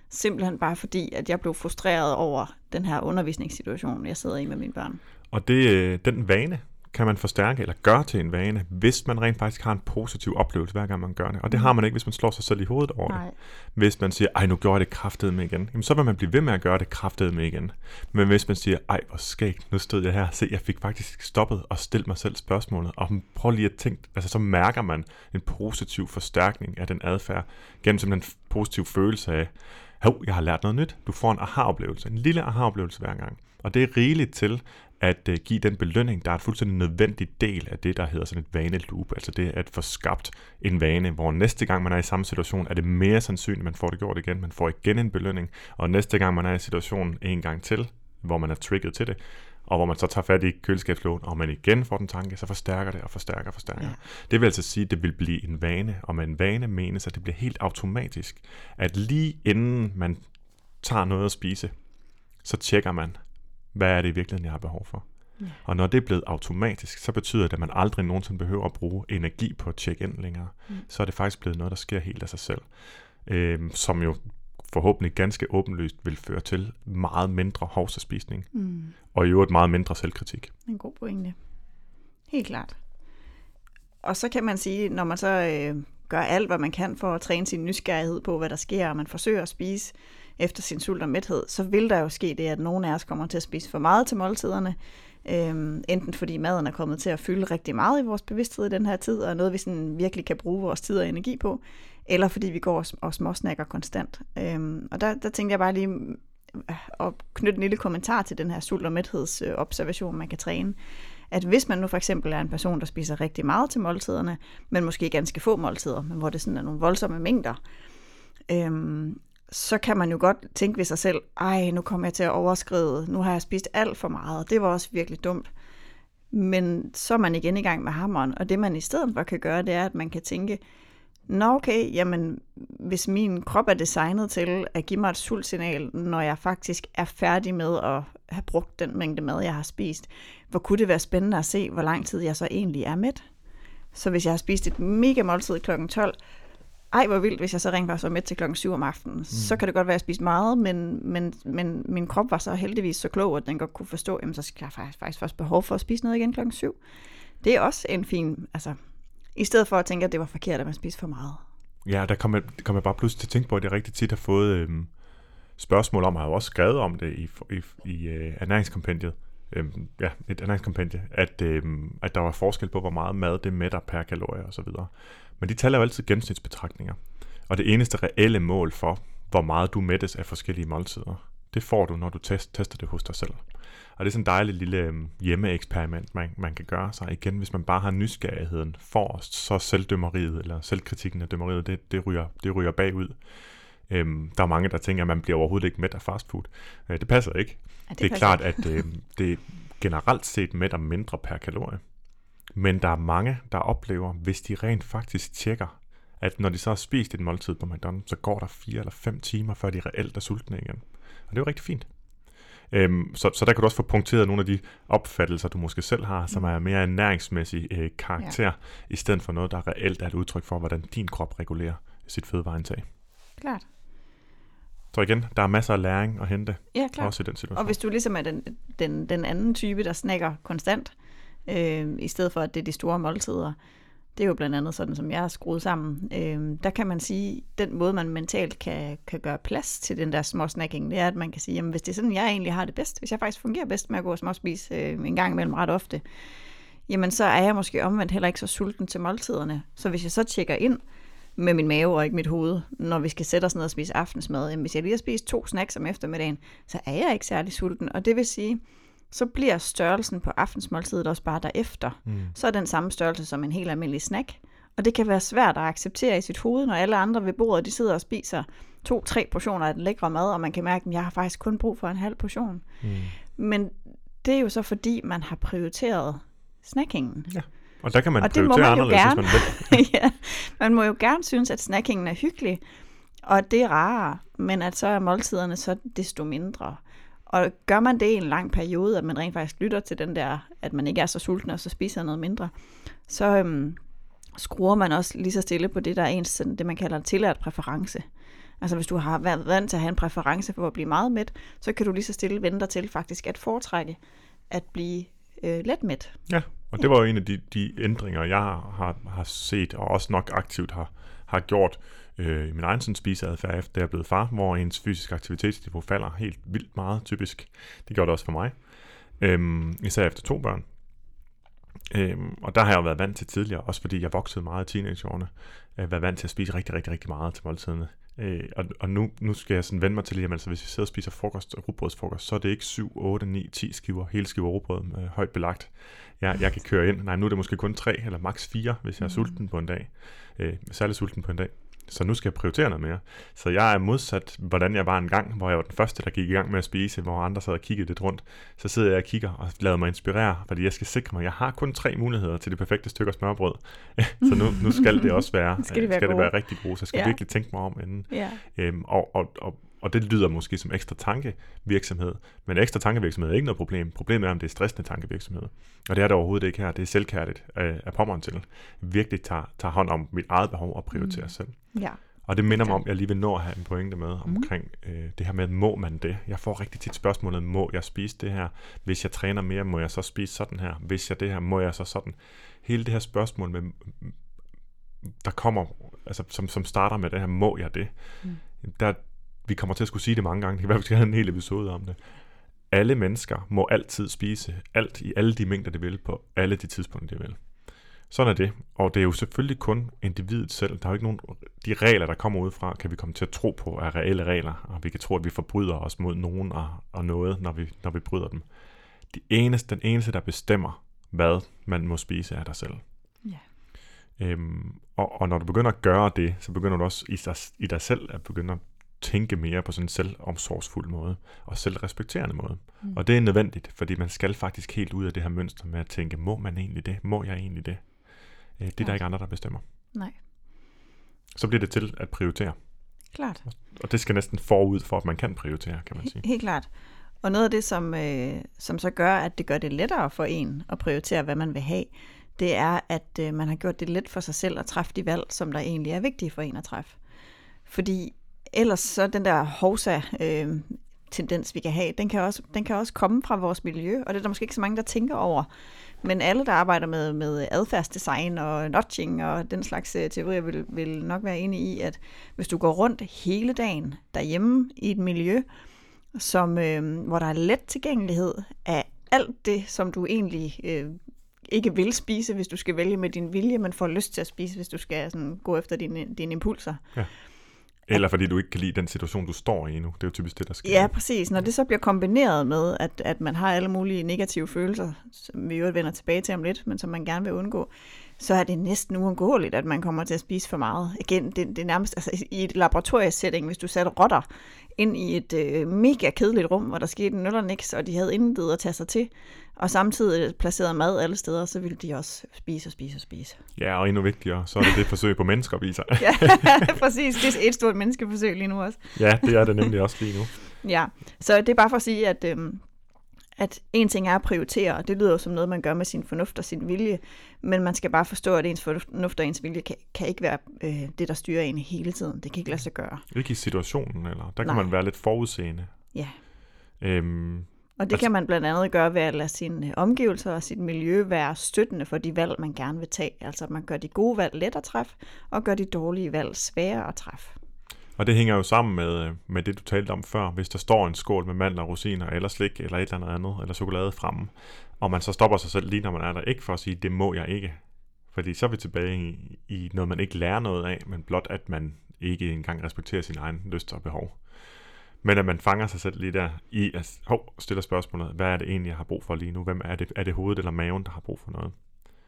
S3: simpelthen bare fordi, at jeg blev frustreret over den her undervisningssituation, jeg sidder i med mine børn.
S2: Og den vane kan man forstærke eller gøre til en vane, hvis man rent faktisk har en positiv oplevelse, hver gang man gør det. Og det har man ikke, hvis man slår sig selv i hovedet over det. Hvis man siger, ej, nu gjorde jeg det kraftedeme igen, jamen, så vil man blive ved med at gøre det kraftedeme igen. Men hvis man siger, ej, hvor skægt, nu stod jeg her, se, jeg fik faktisk stoppet og stillet mig selv spørgsmålet, og prøv lige at tænke, altså så mærker man en positiv forstærkning af den adfærd, gennem simpelthen en positiv følelse af, jeg har lært noget nyt. Du får en aha-oplevelse, en lille aha-oplevelse hver gang. Og det er rigeligt til at give den belønning, der er et fuldstændig nødvendig del af det, der hedder sådan et vaneloop. Altså det at få skabt en vane, hvor næste gang man er i samme situation, er det mere sandsynligt, at man får det gjort igen. Man får igen en belønning, og næste gang man er i situationen en gang til, hvor man er trigget til det, og hvor man så tager fat i køleskabslågen, og man igen får den tanke, så forstærker det og forstærker. Ja. Det vil altså sige, at det vil blive en vane, og med en vane menes, at det bliver helt automatisk, at lige inden man tager noget at spise, så tjekker man, hvad er det i virkeligheden, jeg har behov for. Ja. Og når det er blevet automatisk, så betyder det, at man aldrig nogensinde behøver at bruge energi på at tjekke ind længere. Så er det faktisk blevet noget, der sker helt af sig selv. Som jo forhåbentlig ganske åbenlyst vil føre til meget mindre hovsaspisning. Og i øvrigt meget mindre selvkritik.
S3: En god pointe. Helt klart. Og så kan man sige, når man så gør alt, hvad man kan for at træne sin nysgerrighed på, hvad der sker, og man forsøger at spise efter sin sult og mæthed, så vil der jo ske det, at nogle af os kommer til at spise for meget til måltiderne, enten fordi maden er kommet til at fylde rigtig meget i vores bevidsthed i den her tid, og noget vi sådan virkelig kan bruge vores tid og energi på, eller fordi vi går og småsnakker konstant. Og der tænkte jeg bare lige at knytte en lille kommentar til den her sult- og mæthedsobservation, man kan træne. At hvis man nu for eksempel er en person, der spiser rigtig meget til måltiderne, men måske ganske få måltider, men hvor det sådan er nogle voldsomme mængder, så kan man jo godt tænke ved sig selv, nu kommer jeg til at overskride, nu har jeg spist alt for meget, og det var også virkelig dumt. Men så er man igen i gang med hammeren, og det man i stedet for kan gøre, det er, at man kan tænke, okay, jamen hvis min krop er designet til at give mig et sultsignal, når jeg faktisk er færdig med at have brugt den mængde mad, jeg har spist, hvor kunne det være spændende at se, hvor lang tid jeg så egentlig er mæt. Så hvis jeg har spist et mega måltid kl. 12, hvor vildt, hvis jeg så rent faktisk var mæt til klokken 7 om aftenen. Så kan det godt være, at jeg spiste meget, men min krop var så heldigvis så klog, at den godt kunne forstå, jamen så skal jeg faktisk først behov for at spise noget igen klokken 7. Det er også en fin, i stedet for at tænke, at det var forkert, at man spiste for meget. Ja,
S2: der kom jeg bare pludselig til at tænke på, at jeg rigtig tit har fået spørgsmål om, og har jo også skrevet om det i ernæringskompendiet, et ernæringskompendie, at der var forskel på, hvor meget mad det mætter per kalorie og så videre. Men de taler jo altid gennemsnitsbetragtninger. Og det eneste reelle mål for, hvor meget du mættes af forskellige måltider, det får du, når du tester det hos dig selv. Og det er sådan en dejlig lille hjemmeeksperiment, man kan gøre sig. Igen, hvis man bare har nysgerrigheden forrest, så selvdømmeriet, eller selvkritikken af dømmeriet, det ryger bagud. Der er mange, der tænker, at man bliver overhovedet ikke mæt af fastfood. Det passer ikke. Ja, det er klart, at det generelt set mætter mindre per kalorie. Men der er mange, der oplever, hvis de rent faktisk tjekker, at når de så har spist et måltid på McDonald's, så går der 4 eller 5 timer, før de reelt er sultne igen. Og det er jo rigtig fint. Så der kan du også få punkteret nogle af de opfattelser, du måske selv har, som er mere ernæringsmæssig karakter, i stedet for noget, der reelt er et udtryk for, hvordan din krop regulerer sit fødevareindtag.
S3: Klart.
S2: Så igen, der er masser af læring at hente,
S3: klart.
S2: Også i den situation.
S3: Og hvis du ligesom er den anden type, der snakker konstant, i stedet for, at det er de store måltider, det er jo blandt andet sådan, som jeg er skruet sammen. Der kan man sige, den måde, man mentalt kan gøre plads til den der småsnacking, det er, at man kan sige, jamen hvis det er sådan, jeg egentlig har det bedst, hvis jeg faktisk fungerer bedst med at gå og småspise en gang imellem ret ofte, jamen så er jeg måske omvendt heller ikke så sulten til måltiderne. Så hvis jeg så tjekker ind med min mave og ikke mit hoved, når vi skal sætte os ned og spise aftensmad, jamen hvis jeg lige har spist 2 snacks om eftermiddagen, så er jeg ikke særlig sulten. Og det vil sige, så bliver størrelsen på aftensmåltidet også bare derefter. Så er den samme størrelse som en helt almindelig snack. Og det kan være svært at acceptere i sit hoved, når alle andre ved bordet, de sidder og spiser 2-3 portioner af den lækre mad, og man kan mærke, at jeg har faktisk kun brug for en halv portion. Men det er jo så fordi, man har prioriteret snackingen.
S2: Ja. Og der kan man prioritere anderledes, hvis man vil.
S3: Ja, man må jo gerne synes, at snackingen er hyggelig, og det er rarere, men at så er måltiderne så desto mindre. Og gør man det i en lang periode, at man rent faktisk lytter til den der, at man ikke er så sulten, og så spiser noget mindre, så skruer man også lige så stille på det, der er ens, det man kalder en tilladt præference. Altså hvis du har været vant til at have en præference for at blive meget mæt, så kan du lige så stille vende dig til faktisk at foretrække at blive let mæt.
S2: Ja, og det var jo en af de ændringer, jeg har set, og også nok aktivt har gjort i min egen sådan spiseadfærd, efter jeg er blevet far, hvor ens fysisk aktivitetsniveau falder helt vildt meget, typisk. Det gjorde det også for mig. Især efter 2 børn. Og der har jeg jo været vant til tidligere, også fordi jeg voksede meget i teenageårene. Jeg har været vant til at spise rigtig, rigtig, rigtig meget til måltiderne. Og nu skal jeg sådan vende mig til, altså hvis vi sidder og spiser frokost, rugbrødsfrokost, så er det ikke 7, 8, 9, 10 skiver, hele skiver rugbrød højt belagt. Jeg kan køre ind. Nej, nu er det måske kun 3 eller maks 4, hvis jeg er sulten på en dag. Særlig sulten på en dag. Så nu skal jeg prioritere noget mere. Så jeg er modsat, hvordan jeg var en gang, hvor jeg var den første, der gik i gang med at spise, hvor andre sad og kiggede lidt rundt. Så sidder jeg og kigger og lader mig inspirere, fordi jeg skal sikre mig, at jeg har kun 3 muligheder til det perfekte stykke smørbrød. Så nu skal det også være, skal det være rigtig gode, så jeg skal virkelig tænke mig om inden. Og det lyder måske som ekstra tankevirksomhed, men ekstra tankevirksomhed er ikke noget problem. Problemet er, om det er stressende tankevirksomhed. Og det er det overhovedet ikke her. Det er selvkærligt af pommeren til. Virkelig tager hånd om mit eget behov og prioriterer selv.
S3: Ja.
S2: Og det minder mig om, at jeg lige vil nå at have en pointe med omkring det her med, må man det? Jeg får rigtig tit spørgsmålet, må jeg spise det her? Hvis jeg træner mere, må jeg så spise sådan her? Hvis jeg det her, må jeg så sådan? Hele det her spørgsmål, med, der kommer, altså, som starter med det her, må jeg det? Vi kommer til at skulle sige det mange gange. I hvert fald skal jeg have en hel episode om det. Alle mennesker må altid spise alt i alle de mængder, de vil, på alle de tidspunkter, de vil. Sådan er det. Og det er jo selvfølgelig kun individet selv. Der er jo ikke nogen... De regler, der kommer udefra, kan vi komme til at tro på, er reelle regler. Og vi kan tro, at vi forbryder os mod nogen og noget, når vi bryder dem. Den eneste, der bestemmer, hvad man må spise, er dig selv.
S3: Ja.
S2: Og når du begynder at gøre det, så begynder du også i dig selv at begynde at tænke mere på sådan en selvomsorgsfuld måde og selvrespekterende måde. Og det er nødvendigt, fordi man skal faktisk helt ud af det her mønster med at tænke, må man egentlig det? Må jeg egentlig det? Det er der ikke andre, der bestemmer.
S3: Nej.
S2: Så bliver det til at prioritere.
S3: Klart.
S2: Og det skal næsten forud for, at man kan prioritere, kan man sige.
S3: Helt klart. Og noget af det, som så gør, at det gør det lettere for en at prioritere, hvad man vil have, det er, at man har gjort det let for sig selv at træffe de valg, som der egentlig er vigtige for en at træffe. Fordi ellers så den der hovsa-tendens, vi kan have, den kan også komme fra vores miljø, og det er der måske ikke så mange, der tænker over. Men alle, der arbejder med adfærdsdesign og nudging og den slags teorier, vil nok være enige i, at hvis du går rundt hele dagen derhjemme i et miljø, hvor der er let tilgængelighed af alt det, som du egentlig ikke vil spise, hvis du skal vælge med din vilje, men får lyst til at spise, hvis du skal sådan gå efter dine impulser. Ja.
S2: Eller fordi du ikke kan lide den situation, du står i nu. Det er jo typisk det, der sker.
S3: Ja, præcis. Når det så bliver kombineret med, at man har alle mulige negative følelser, som vi jo vender tilbage til om lidt, men som man gerne vil undgå, så er det næsten uundgåeligt, at man kommer til at spise for meget. Igen, det er nærmest altså, i et laboratoriesetting, hvis du satte rotter ind i et mega kedeligt rum, hvor der skete nul og niks, og de havde intet at tage sig til, og samtidig placeret mad alle steder, så ville de også spise.
S2: Ja, og endnu vigtigere, så er det forsøg på mennesker, viser.
S3: Ja, præcis. Det er et stort menneskeforsøg lige nu også.
S2: Ja, det er det nemlig også lige nu.
S3: Ja, så det er bare for at sige, at en ting er at prioritere, og det lyder jo som noget, man gør med sin fornuft og sin vilje, men man skal bare forstå, at ens fornuft og ens vilje kan ikke være det, der styrer en hele tiden. Det kan ikke lade sig gøre.
S2: Ikke i situationen, eller? Der kan man være lidt forudseende.
S3: Ja. Og det kan man blandt andet gøre ved at lade sine omgivelser og sit miljø være støttende for de valg, man gerne vil tage. Altså at man gør de gode valg let at træffe, og gør de dårlige valg svære at træffe.
S2: Og det hænger jo sammen med det, du talte om før. Hvis der står en skål med mandler, rosiner, eller slik, eller et eller andet, eller chokolade fremme, og man så stopper sig selv lige, når man er der, ikke for at sige, det må jeg ikke. Fordi så er vi tilbage i noget, man ikke lærer noget af, men blot at man ikke engang respekterer sin egen lyst og behov. Men at man fanger sig selv lige der i at stiller spørgsmålet, hvad er det egentlig, jeg har brug for lige nu? Hvem er det? Er det hovedet eller maven, der har brug for noget?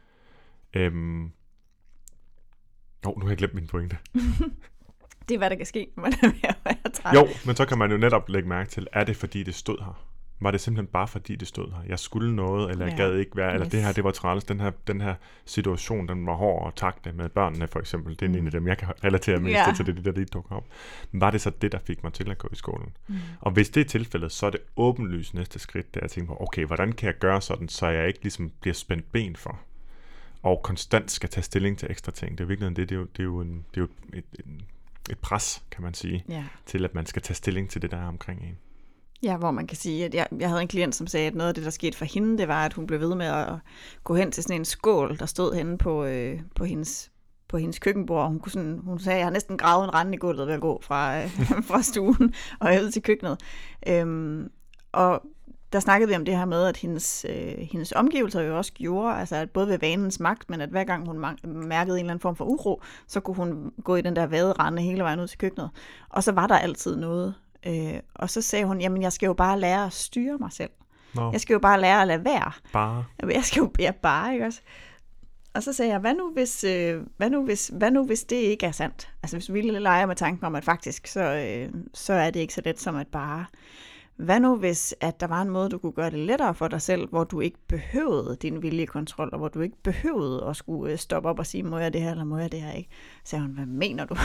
S2: Nu har jeg glemt min pointe.
S3: Det er, hvad der kan ske, når man er ved at være træt.
S2: Jo, men så kan man jo netop lægge mærke til, er det fordi det stod her? Var det simpelthen bare fordi det stod her? Jeg skulle noget, eller jeg gad ikke være, eller det her, det var træls. Den her situation, den var hård at takle med børnene for eksempel. Det er en af dem, jeg kan relatere mest til, det der lige dukker op. Men var det så det, der fik mig til at gå i skolen? Og hvis det er tilfældet, så er det åbenlyst næste skridt, der jeg tænker på, okay, hvordan kan jeg gøre sådan, så jeg ikke ligesom bliver spændt ben for? Og konstant skal tage stilling til ekstra ting. Det er virkelig det. Det er jo et pres, kan man sige, til at man skal tage stilling til det, der er omkring en.
S3: Ja, hvor man kan sige, at jeg havde en klient, som sagde, at noget af det, der skete for hende, det var, at hun blev ved med at gå hen til sådan en skål, der stod henne på hendes køkkenbord. Hun sagde, at jeg har næsten gravet en rende i gulvet ved at gå fra stuen og ud til køkkenet. Og der snakkede vi om det her med, at hendes omgivelser jo også gjorde, altså at både ved vanens magt, men at hver gang hun mærkede en eller anden form for uro, så kunne hun gå i den der vaderende hele vejen ud til køkkenet. Og så var der altid noget. Og så sagde hun, jamen jeg skal jo bare lære at styre mig selv. No. Jeg skal jo bare lære at lade være.
S2: Bare?
S3: Jeg skal jo bare, ikke også? Og så sagde jeg, hvad nu hvis det ikke er sandt? Altså hvis vi leger med tanken om, at faktisk, så er det ikke så let som at bare. Hvad nu hvis, at der var en måde, du kunne gøre det lettere for dig selv, hvor du ikke behøvede din viljekontrol, og hvor du ikke behøvede at skulle stoppe op og sige, må jeg det her, eller må jeg det her ikke? Så sagde hun, hvad mener du?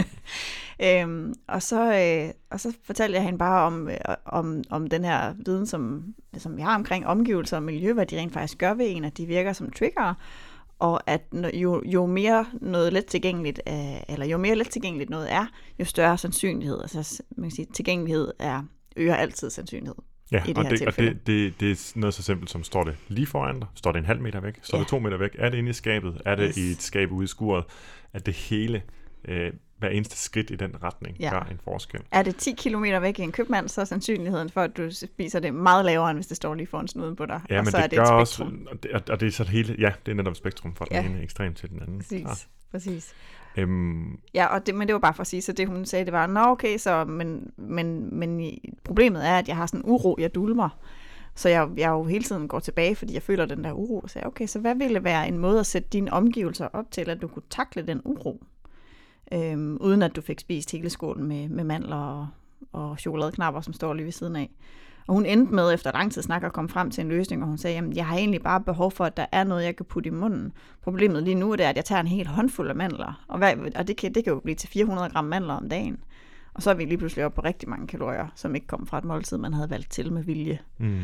S3: Og så fortalte jeg hende bare om den her viden, som vi har omkring omgivelser og miljø, hvad de rent faktisk gør ved en, at de virker som trigger, og at jo mere noget let tilgængeligt eller jo mere let tilgængeligt noget er, jo større sandsynlighed. Altså man kan sige, tilgængelighed øger altid sandsynlighed.
S2: Ja, i det og det er noget så simpelt som, står det lige foran dig? Står det 1,5 meter væk? Står det 2 meter væk? Er det inde i skabet? Er det i et skab ude i skuret? At det hele, hver eneste skridt i den retning, gør en forskel. Er det
S3: 10 kilometer væk i en købmand, så er sandsynligheden for, at du spiser det meget lavere, end hvis det står lige foran snuden på dig.
S2: Ja,
S3: og
S2: men
S3: så
S2: det
S3: er det
S2: gør
S3: et spektrum.
S2: Også, og det er så hele, det er netop et spektrum fra den ene ekstrem til den anden.
S3: Præcis. Ja, men det var bare for at sige, så det hun sagde, det var, okay, så, men problemet er, at jeg har sådan en uro, jeg dulmer. Så jeg jo hele tiden går tilbage, fordi jeg føler den der uro. Så jeg, okay, så hvad ville være en måde at sætte dine omgivelser op til, at du kunne takle den uro? Uden at du fik spist hele skålen med mandler og chokoladeknapper, som står lige ved siden af. Og hun endte med, efter lang tid snak, at komme frem til en løsning, og hun sagde, jamen, jeg har egentlig bare behov for, at der er noget, jeg kan putte i munden. Problemet lige nu er det, at jeg tager en hel håndfuld af mandler, og det kan jo blive til 400 gram mandler om dagen. Og så er vi lige pludselig oppe på rigtig mange kalorier, som ikke kom fra et måltid, man havde valgt til med vilje.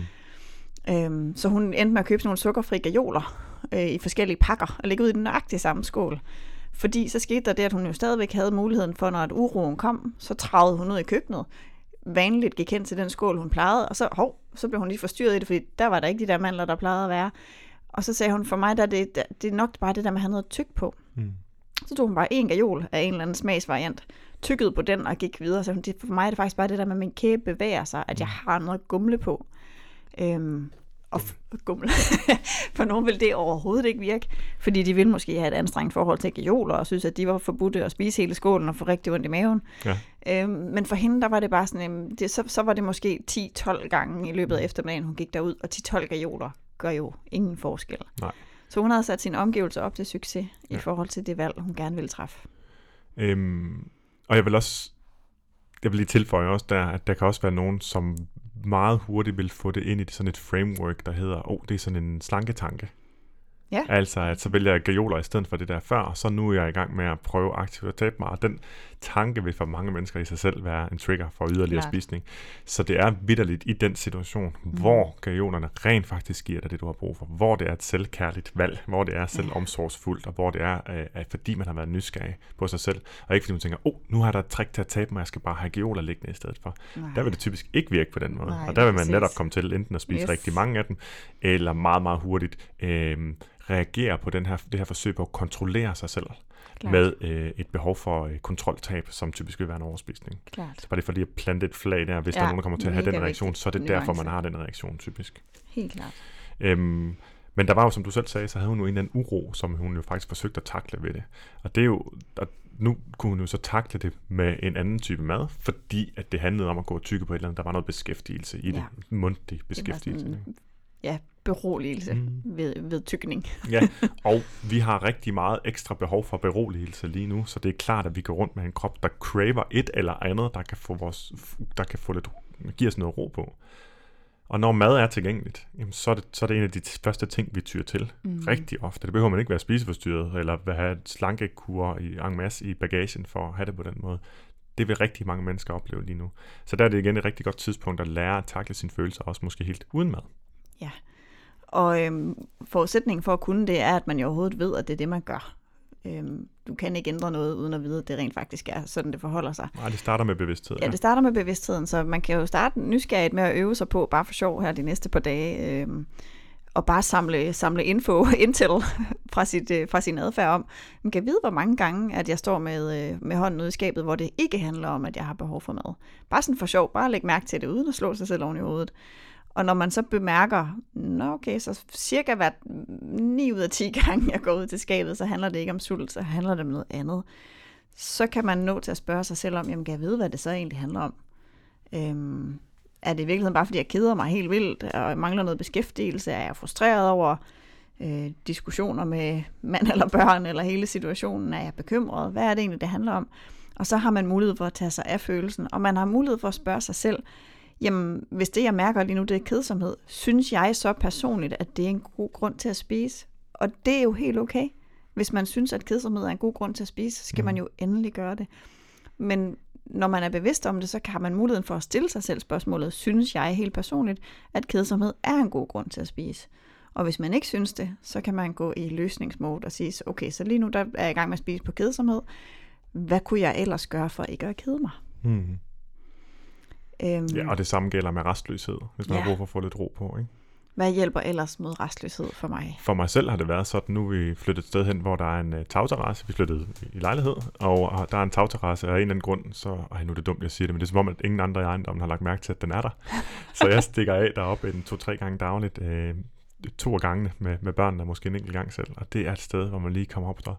S3: Så hun endte med at købe sådan nogle sukkerfri gajoler i forskellige pakker, og lægge ud i den nøjagtige samme skål. Fordi så skete der det, at hun jo stadigvæk havde muligheden for, når uroen kom, så travede hun ud i køkkenet, vanligt gik hen til den skål, hun plejede, og så blev hun lige forstyrret i det, fordi der var der ikke de der mandler, der plejede at være. Og så sagde hun, for mig, det er nok bare det der med at have noget tyk på. Så tog hun bare en gajol af en eller anden smagsvariant, tykkede på den og gik videre. Så for mig er det faktisk bare det der med, at min kæbe bevæger sig, at jeg har noget at gumle på. Og gumle. For nogen vil det overhovedet ikke virke, fordi de ville måske have et anstrengt forhold til gajoler, og synes, at de var forbudte at spise hele skålen og få rigtig ondt i maven. Ja. Men for hende, der var det bare sådan, så var det måske 10-12 gange i løbet af eftermiddagen, hun gik derud, og 10-12 gajoler gør jo ingen forskel. Nej. Så hun havde sat sin omgivelser op til succes i forhold til det valg, hun gerne ville træffe.
S2: Og jeg vil lige tilføje også der, at der kan også være nogen, som meget hurtigt vil få det ind i sådan et framework, der hedder, det er sådan en slanketanke. Ja. Altså, at så vælger jeg gajoler i stedet for det der før, og så nu er jeg i gang med at prøve aktivt at tabe mig, og den tanke vil for mange mennesker i sig selv være en trigger for yderligere spisning. Så det er vitterligt i den situation, hvor gajolerne rent faktisk giver dig det, du har brug for, hvor det er et selvkærligt valg, hvor det er selvomsorgsfuldt, og hvor det er, fordi man har været nysgerrig på sig selv, og ikke fordi man tænker, nu har der et trick til at tabe mig, jeg skal bare have gajoler liggende i stedet for. Nej. Der vil det typisk ikke virke på den måde, og der vil man netop komme til enten at spise rigtig mange af dem, eller meget, meget hurtigt reagere på det her forsøg på at kontrollere sig selv. Klart. Med et behov for kontroltab, som typisk vil være en overspisning. Klart. Så bare det for lige at plante et flag der, hvis der er nogen, der kommer til at have den reaktion, så er det derfor, man har den reaktion typisk.
S3: Helt klart.
S2: Men der var jo, som du selv sagde, så havde hun jo en eller anden uro, som hun jo faktisk forsøgte at takle ved det. Og det er jo, nu kunne hun jo så takle det med en anden type mad, fordi at det handlede om at gå og tykke på et eller andet, der var noget beskæftigelse i det. Mundtlig beskæftigelse.
S3: Beroligelse ved tykning.
S2: Ja, og vi har rigtig meget ekstra behov for beroligelse lige nu, så det er klart, at vi går rundt med en krop, der craver et eller andet, der kan få give os noget ro på. Og når mad er tilgængeligt, så er det en af de første ting, vi tyr til rigtig ofte. Det behøver man ikke være spiseforstyrret, eller have et slankekur i en masse i bagagen for at have det på den måde. Det vil rigtig mange mennesker opleve lige nu. Så der er det igen et rigtig godt tidspunkt at lære at takle sine følelser, også måske helt uden mad.
S3: Ja, og forudsætningen for at kunne det er, at man jo overhovedet ved, at det er det, man gør. Du kan ikke ændre noget, uden at vide, at det rent faktisk er sådan, det forholder sig.
S2: Nej, det starter med bevidsthed.
S3: Ja, det starter med bevidstheden, så man kan jo starte nysgerrigt med at øve sig på, bare for sjov her de næste par dage, og bare samle intel fra sin adfærd om. Man kan vide, hvor mange gange, at jeg står med hånden ude i skabet, hvor det ikke handler om, at jeg har behov for mad. Bare sådan for sjov, bare læg mærke til det, uden at slå sig selv oven i hovedet. Og når man så bemærker, okay, så cirka hvert 9 ud af 10 gange, jeg går ud til skabet, så handler det ikke om sult, så handler det om noget andet. Så kan man nå til at spørge sig selv om, jamen kan jeg vide, hvad det så egentlig handler om? Er det i virkeligheden bare, fordi jeg keder mig helt vildt, og mangler noget beskæftigelse? Er jeg frustreret over diskussioner med mand eller børn, eller hele situationen? Er jeg bekymret? Hvad er det egentlig, det handler om? Og så har man mulighed for at tage sig af følelsen, og man har mulighed for at spørge sig selv, jamen, hvis det, jeg mærker lige nu, det er kedsomhed, synes jeg så personligt, at det er en god grund til at spise? Og det er jo helt okay. Hvis man synes, at kedsomhed er en god grund til at spise, så skal man jo endelig gøre det. Men når man er bevidst om det, så har man muligheden for at stille sig selv spørgsmålet, synes jeg helt personligt, at kedsomhed er en god grund til at spise? Og hvis man ikke synes det, så kan man gå i løsningsmode og sige, okay, så lige nu der er jeg i gang med at spise på kedsomhed. Hvad kunne jeg ellers gøre for ikke at kede mig?
S2: Ja, og det samme gælder med restløshed, hvis man har brug for at få lidt ro på, ikke?
S3: Hvad hjælper ellers mod restløshed for mig?
S2: For mig selv har det været sådan, nu er vi flyttet et sted hen, hvor der er en tagterrasse. Vi flyttede i lejlighed, og der er en tagterrasse, og af en eller anden grund, så... nu er det dumt, jeg siger det, men det er som om, at ingen andre i ejendommen har lagt mærke til, at den er der. Så jeg stikker af deroppe 2-3 gange dagligt, 2 af gangene med børnene, måske en enkelt gang selv. Og det er et sted, hvor man lige kommer op og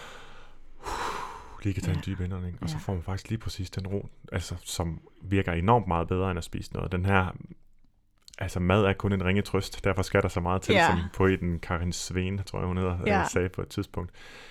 S2: lige kan tage en dyb indånding, og så får man faktisk lige præcis den ro, altså, som virker enormt meget bedre, end at spise noget. Den her... Altså mad er kun en ringe trøst, derfor skal der så meget til, som poeten Karin Sveen, tror jeg hun hedder, sagde på et tidspunkt.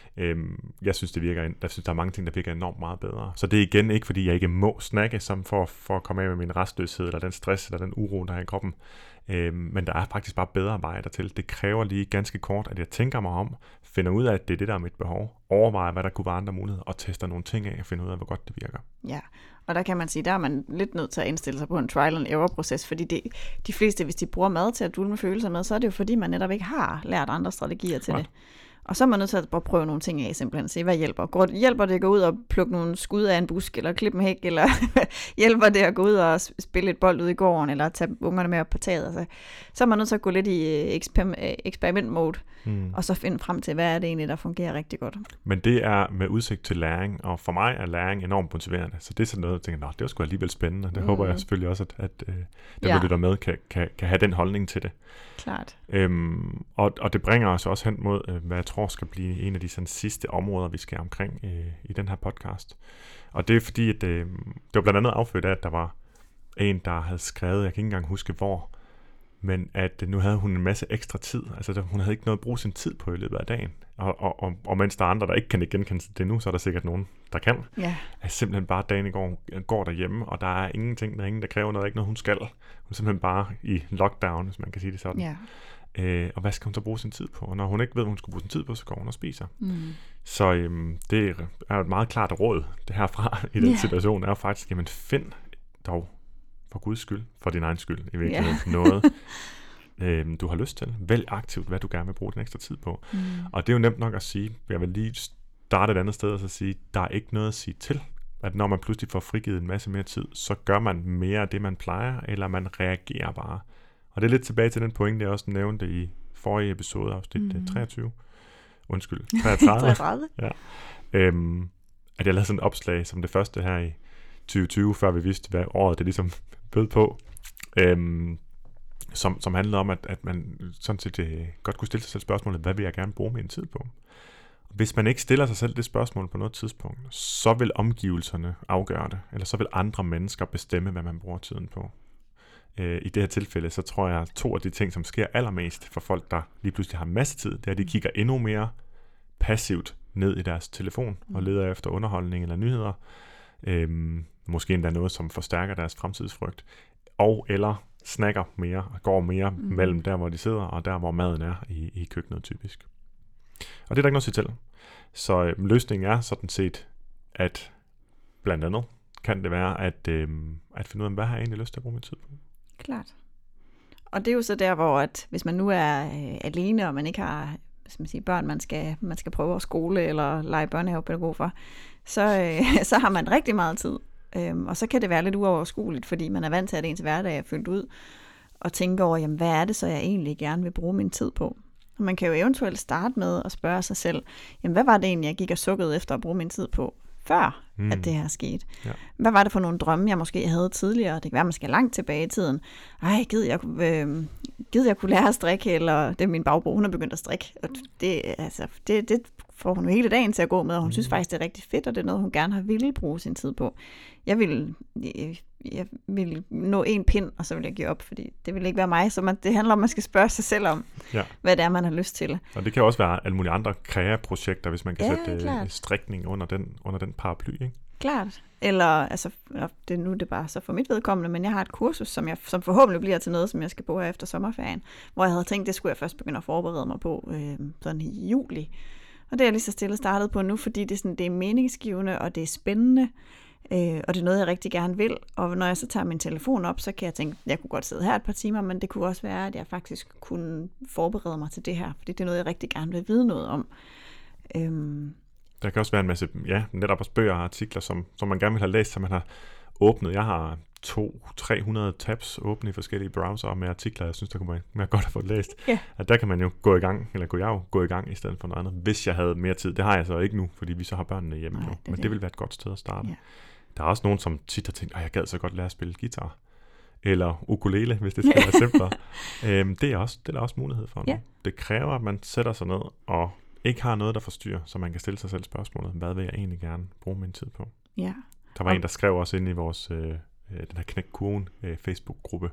S2: Jeg synes, der er mange ting, der virker enormt meget bedre. Så det er igen ikke, fordi jeg ikke må snakke, som for at komme af med min restløshed, eller den stress, eller den uro, der er i kroppen. Men der er faktisk bare bedre veje dertil. Det kræver lige ganske kort, at jeg tænker mig om, finder ud af, at det er det, der er mit behov, overvejer, hvad der kunne være andre muligheder, og tester nogle ting af, og finder ud af, hvor godt det virker. Ja,
S3: og der kan man sige, der er man lidt nødt til at indstille sig på en trial and error proces, fordi de fleste, hvis de bruger mad til at dulme følelser med, så er det jo fordi, man netop ikke har lært andre strategier til det. Og så er man nødt til at prøve nogle ting af, simpelthen se, hvad hjælper. Hjælper det at gå ud og plukke nogle skud af en busk, eller klippe en hæk, eller hjælper det at gå ud og spille et bold ud i gården, eller tage ungerne med op på taget? Altså, så er man nødt til at gå lidt i eksperiment-mode, og så finde frem til, hvad er det egentlig, der fungerer rigtig godt.
S2: Men det er med udsigt til læring, og for mig er læring enormt motiverende. Så det er sådan noget, jeg tænker, det var sgu alligevel spændende. Det håber jeg selvfølgelig også, at dem, der lytter med, kan have den holdning til det.
S3: Klart.
S2: Og det bringer os også hen mod, hvad jeg tror skal blive en af de sådan, sidste områder, vi skal omkring i den her podcast. Og det er fordi, at det var blandt andet affødt af, at der var en, der havde skrevet, jeg kan ikke engang huske hvor, men at nu havde hun en masse ekstra tid. Altså hun havde ikke noget at bruge sin tid på i løbet af dagen. Og mens der er andre, der ikke kan genkende det nu, så er der sikkert nogen, der kan.
S3: Ja.
S2: Altså simpelthen bare dagen går derhjemme, og der er ingenting, der er ingen, der kræver noget, ikke noget, hun skal. Hun er simpelthen bare i lockdown, hvis man kan sige det sådan.
S3: Ja.
S2: Og hvad skal hun så bruge sin tid på? Og når hun ikke ved, hvad hun skal bruge sin tid på, så går hun og spiser. Så det er et meget klart råd, det herfra i den situation, er jo faktisk, jamen find dog for Guds skyld, for din egen skyld i virkeligheden, noget du har lyst til. Vælg aktivt, hvad du gerne vil bruge den ekstra tid på. Og det er jo nemt nok at sige, jeg vil lige starte et andet sted og så sige, der er ikke noget at sige til, at når man pludselig får frigivet en masse mere tid, så gør man mere af det, man plejer, eller man reagerer bare. Og det er lidt tilbage til den pointe, jeg også nævnte i forrige episode, afsnit 33. Undskyld, 33. Ja. At jeg lavede sådan et opslag som det første her i 2020, før vi vidste, hvad året det ligesom bød på. Som handlede om, at man sådan set godt kunne stille sig selv spørgsmålet, hvad vil jeg gerne bruge min tid på? Hvis man ikke stiller sig selv det spørgsmål på noget tidspunkt, så vil omgivelserne afgøre det, eller så vil andre mennesker bestemme, hvad man bruger tiden på. I det her tilfælde, så tror jeg, 2 af de ting, som sker allermest for folk, der lige pludselig har masse tid, det er, at de kigger endnu mere passivt ned i deres telefon og leder efter underholdning eller nyheder. Måske endda noget, som forstærker deres fremtidsfrygt. Eller snakker mere og går mere mellem der, hvor de sidder, og der, hvor maden er i køkkenet typisk. Og det er der ikke noget at sige til. Så løsningen er sådan set, at blandt andet kan det være, at finde ud af, hvad har jeg egentlig lyst til at bruge min tid på.
S3: Klart. Og det er jo så der, hvor at hvis man nu er alene, og man ikke har børn, man skal prøve at skole eller lege børnehavepædagog for, så har man rigtig meget tid. Og så kan det være lidt uoverskueligt, fordi man er vant til, at ens hverdag er fyldt ud, og tænker over, jamen, hvad er det så, jeg egentlig gerne vil bruge min tid på? Og man kan jo eventuelt starte med at spørge sig selv, jamen, hvad var det egentlig, jeg gik og sukkede efter at bruge min tid på, før at det her skete? Ja. Hvad var det for nogle drømme, jeg måske havde tidligere? Det kan være, man skal langt tilbage i tiden. Gid jeg kunne lære at strikke, eller det er min bagbrug, hun har begyndt at strikke. Og det får hun jo hele dagen til at gå med, og hun synes faktisk, det er rigtig fedt, og det er noget, hun gerne har ville bruge sin tid på. Jeg vil nå en pind, og så vil jeg give op, fordi det vil ikke være mig. Så det handler om, at man skal spørge sig selv om, hvad det er, man har lyst til. Og
S2: det kan også være alle mulige andre kreaprojekter, hvis man kan sætte strikning under den paraply, ikke?
S3: Klart. Eller, det er bare så for mit vedkommende, men jeg har et kursus, som forhåbentlig bliver til noget, som jeg skal på her efter sommerferien, hvor jeg havde tænkt, det skulle jeg først begynde at forberede mig på sådan i juli. Og det er jeg lige så stille startet på nu, fordi det er meningsgivende, og det er spændende, og det er noget, jeg rigtig gerne vil. Og når jeg så tager min telefon op, så kan jeg tænke, jeg kunne godt sidde her et par timer, men det kunne også være, at jeg faktisk kunne forberede mig til det her, fordi det er noget, jeg rigtig gerne vil vide noget om.
S2: Der kan også være en masse, netop også bøger og artikler, som man gerne vil have læst, som man har åbnet. Jeg har 200-300 tabs åbne i forskellige browsere med artikler, jeg synes, der kunne være godt at få læst. Yeah. At der kan man jo gå i gang, eller kunne jeg jo gå i gang i stedet for noget andet, hvis jeg havde mere tid. Det har jeg så ikke nu, fordi vi så har børnene hjemme nu. Men det vil være et godt sted at starte. Yeah. Der er også nogen, som tit har tænkt, jeg gad så godt lære at spille guitar. Eller ukulele, hvis det skal være simplere. Det er der også mulighed for. Yeah. Det kræver, at man sætter sig ned og ikke har noget, der forstyrrer, så man kan stille sig selv spørgsmålet, hvad vil jeg egentlig gerne bruge min tid på?
S3: Ja.
S2: Der var en, der skrev også ind i vores den her Knæk Kurven Facebook-gruppe.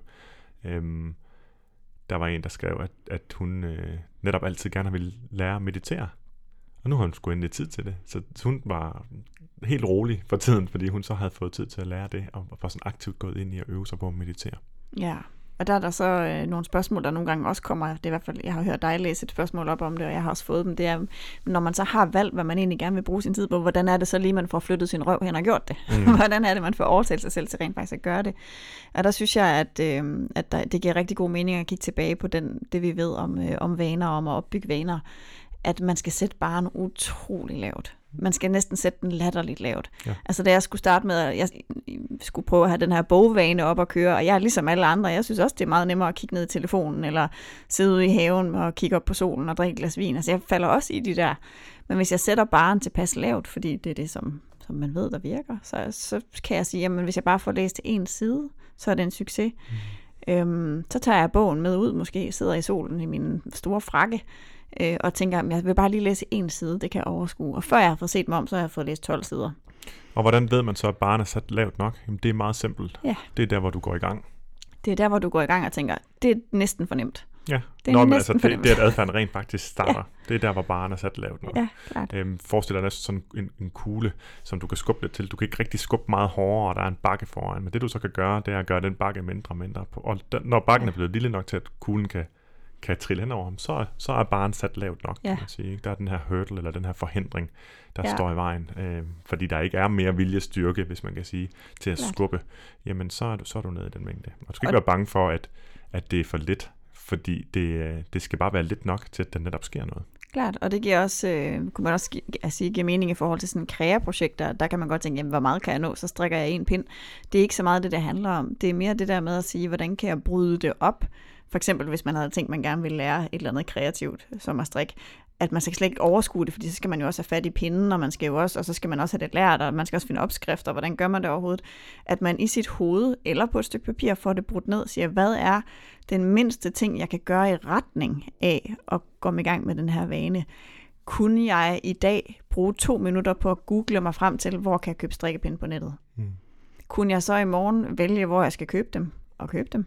S2: Der var en, der skrev, at hun netop altid gerne ville lære at meditere. Og nu har hun sgu endelig tid til det. Så hun var helt rolig for tiden, fordi hun så havde fået tid til at lære det, og var sådan aktivt gået ind i at øve sig på at meditere.
S3: Ja. Og der er der så nogle spørgsmål, der nogle gange også kommer. Det er i hvert fald, jeg har hørt dig læse et spørgsmål op om det, og jeg har også fået dem. Det er, når man så har valgt, hvad man egentlig gerne vil bruge sin tid på, hvordan er det så lige, man får flyttet sin røv hen og gjort det? Hvordan er det, man får overtalt sig selv til rent faktisk at gøre det? Og der synes jeg, at det giver rigtig god mening at kigge tilbage på det vi ved om vaner, om at opbygge vaner. At man skal sætte barren utrolig lavt. Man skal næsten sætte den latterligt lavt. Ja. Altså da jeg skulle starte med, at jeg skulle prøve at have den her bogvane op at køre, og jeg er ligesom alle andre, jeg synes også, det er meget nemmere at kigge ned i telefonen, eller sidde ude i haven og kigge op på solen og drikke et glas vin. Altså jeg falder også i de der. Men hvis jeg sætter barren tilpas lavt, fordi det er det, som man ved, der virker, så kan jeg sige, jamen hvis jeg bare får læst en side, så er det en succes. Så tager jeg bogen med ud, måske sidder i solen i min store frakke, og tænker, at jeg vil bare lige læse en side, det kan jeg overskue. Og før jeg har fået set mig om, så har jeg fået læst 12 sider.
S2: Og hvordan ved man så, at barren er sat lavt nok? Jamen, det er meget simpelt. Ja. Det er der, hvor du går i gang. Det er der, hvor du går i gang og tænker, det er næsten for nemt. Ja, det er at adfærden rent faktisk starter. Ja. Det er der, hvor barren er sat lavt nok. Ja, klart. Forestil dig næsten sådan en kugle, som du kan skubbe lidt til. Du kan ikke rigtig skubbe meget hårdere, og der er en bakke foran. Men det du så kan gøre, det er at gøre den bakke mindre og mindre. Og når bakken er blevet lille nok til, at kuglen kan trille hen over ham, så er barren sat lavt nok, kan man sige. Der er den her hurdle, eller den her forhindring, der står i vejen. Fordi der ikke er mere viljestyrke, hvis man kan sige, til at skubbe. Jamen, så er du nede i den mængde. Og du skal ikke være bange for, at det er for lidt, fordi det skal bare være lidt nok til, at der netop sker noget.
S3: Klart, og det giver også, kunne man også give mening i forhold til sådan kreaprojekter. Der kan man godt tænke, jamen, hvor meget kan jeg nå, så strikker jeg en pind. Det er ikke så meget det handler om. Det er mere det der med at sige, hvordan kan jeg bryde det op? For eksempel, hvis man havde tænkt, man gerne ville lære et eller andet kreativt, som at strikke, at man skal slet ikke overskue det, fordi så skal man jo også have fat i pinden, og man skal jo også, og så skal man også have det lært, og man skal også finde opskrifter, hvordan gør man det overhovedet? At man i sit hoved, eller på et stykke papir, får det brudt ned og siger, hvad er den mindste ting, jeg kan gøre i retning af at komme i gang med den her vane? Kunne jeg i dag bruge 2 minutter på at google mig frem til, hvor kan jeg købe strikkepinde på nettet? Kunne jeg så i morgen vælge, hvor jeg skal købe dem, og købe dem?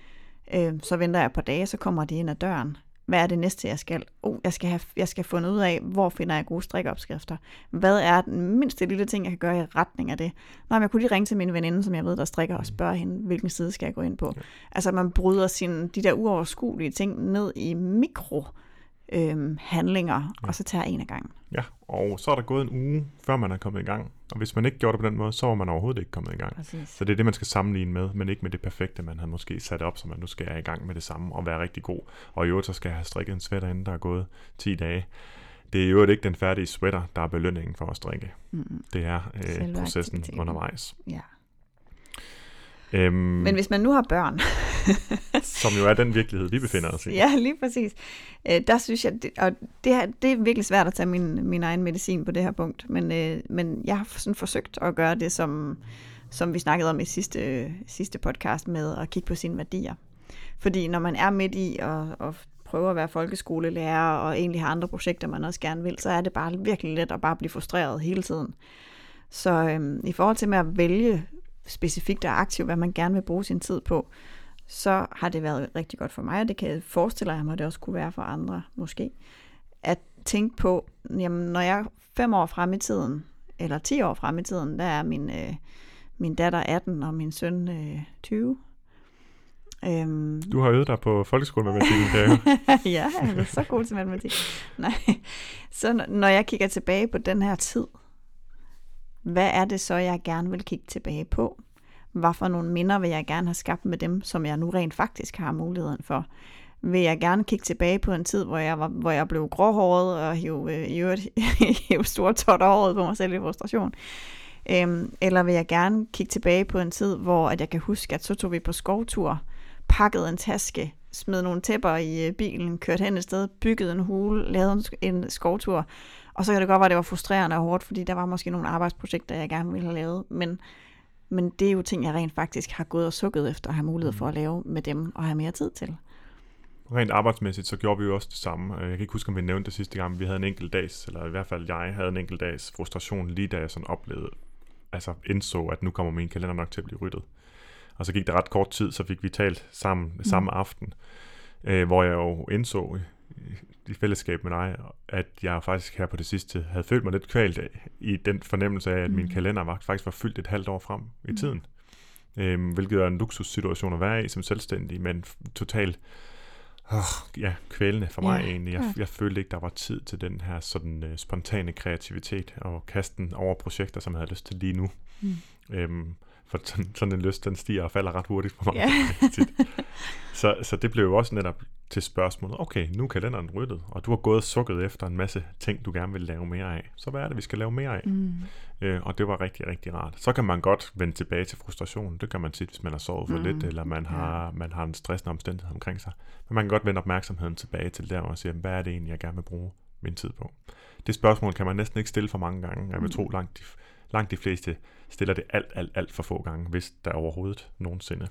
S3: Så venter jeg et par dage, så kommer de ind ad døren. Hvad er det næste, jeg skal? Jeg skal finde ud af, hvor finder jeg gode strikkeopskrifter. Hvad er den mindste lille ting, jeg kan gøre i retning af det? Nå, jeg kunne lige ringe til min veninde, som jeg ved, der strikker, og spørge hende, hvilken side skal jeg gå ind på. Ja. Altså, man bryder de der uoverskuelige ting ned i mikro handlinger, og så tager en af gangen.
S2: Ja, og så er der gået en uge, før man er kommet i gang. Og hvis man ikke gjorde det på den måde, så var man overhovedet ikke kommet i gang.
S3: Præcis.
S2: Så det er det, man skal sammenligne med, men ikke med det perfekte, man har måske sat op, så man nu skal i gang med det samme og være rigtig god. Og i øvrigt så skal jeg have strikket en sweater, inden der er gået 10 dage. Det er i øvrigt ikke den færdige sweater, der er belønningen for at strikke. Det er processen undervejs.
S3: Ja. Men hvis man nu har børn...
S2: som jo er den virkelighed, vi befinder os i.
S3: Ja, lige præcis. Der synes jeg, det er virkelig svært at tage min egen medicin på det her punkt, men jeg har sådan forsøgt at gøre det, som vi snakkede om i sidste podcast, med at kigge på sine værdier. Fordi når man er midt i og prøver at være folkeskolelærer, og egentlig har andre projekter, man også gerne vil, så er det bare virkelig let at bare blive frustreret hele tiden. Så i forhold til med at vælge specifikt og aktivt, hvad man gerne vil bruge sin tid på, så har det været rigtig godt for mig, og det kan jeg forestille mig, at det også kunne være for andre måske. At tænke på, jamen når jeg er 5 år frem i tiden, eller 10 år frem i tiden, der er min datter 18, og min søn 20.
S2: Du har øvet dig på folkeskolematikken, der.
S3: Ja, jeg er så god til matematik. Nej. Så når jeg kigger tilbage på den her tid, hvad er det så, jeg gerne vil kigge tilbage på? Hvad for nogle minder vil jeg gerne have skabt med dem, som jeg nu rent faktisk har muligheden for? Vil jeg gerne kigge tilbage på en tid, hvor jeg blev gråhåret og hive store totter håret på mig selv i frustration? Eller vil jeg gerne kigge tilbage på en tid, hvor at jeg kan huske, at så tog vi på skovtur, pakkede en taske, smed nogle tæpper i bilen, kørte hen et sted, byggede en hule, lavede en skovtur. Og så kan det godt være, at det var frustrerende og hårdt, fordi der var måske nogle arbejdsprojekter, jeg gerne ville have lavet. Men det er jo ting, jeg rent faktisk har gået og sukket efter at have mulighed for at lave med dem og have mere tid til.
S2: Rent arbejdsmæssigt, så gjorde vi jo også det samme. Jeg kan ikke huske, om vi nævnte det sidste gang, vi havde en enkelt dags, eller i hvert fald jeg havde en enkelt dags frustration, lige da jeg sådan oplevede, altså indså, at nu kommer min kalender nok til at blive ryddet. Og så gik der ret kort tid, så fik vi talt sammen samme aften, hvor jeg jo indså i fællesskab med dig, at jeg faktisk her på det sidste havde følt mig lidt kvalt i den fornemmelse af, at min kalender faktisk var fyldt et halvt år frem i tiden. Hvilket er en luksussituation at være i som selvstændig, men totalt kvælende for mig egentlig. Jeg følte ikke, der var tid til den her sådan spontane kreativitet og kasten over projekter, som jeg havde lyst til lige nu. For sådan en lyst, den stiger og falder ret hurtigt for mig. Yeah. så det blev jo også netop til spørgsmålet, okay, nu er kalenderen ryddet, og du har gået og sukket efter en masse ting, du gerne vil lave mere af. Så hvad er det, vi skal lave mere af? Og det var rigtig, rigtig rart. Så kan man godt vende tilbage til frustration. Det kan man sige, hvis man har sovet for lidt, eller man har en stressende omstændighed omkring sig. Men man kan godt vende opmærksomheden tilbage til der og sige, hvad er det egentlig, jeg gerne vil bruge min tid på? Det spørgsmål kan man næsten ikke stille for mange gange. Jeg vil tro, langt de fleste stiller det alt for få gange, hvis der overhovedet nogensinde.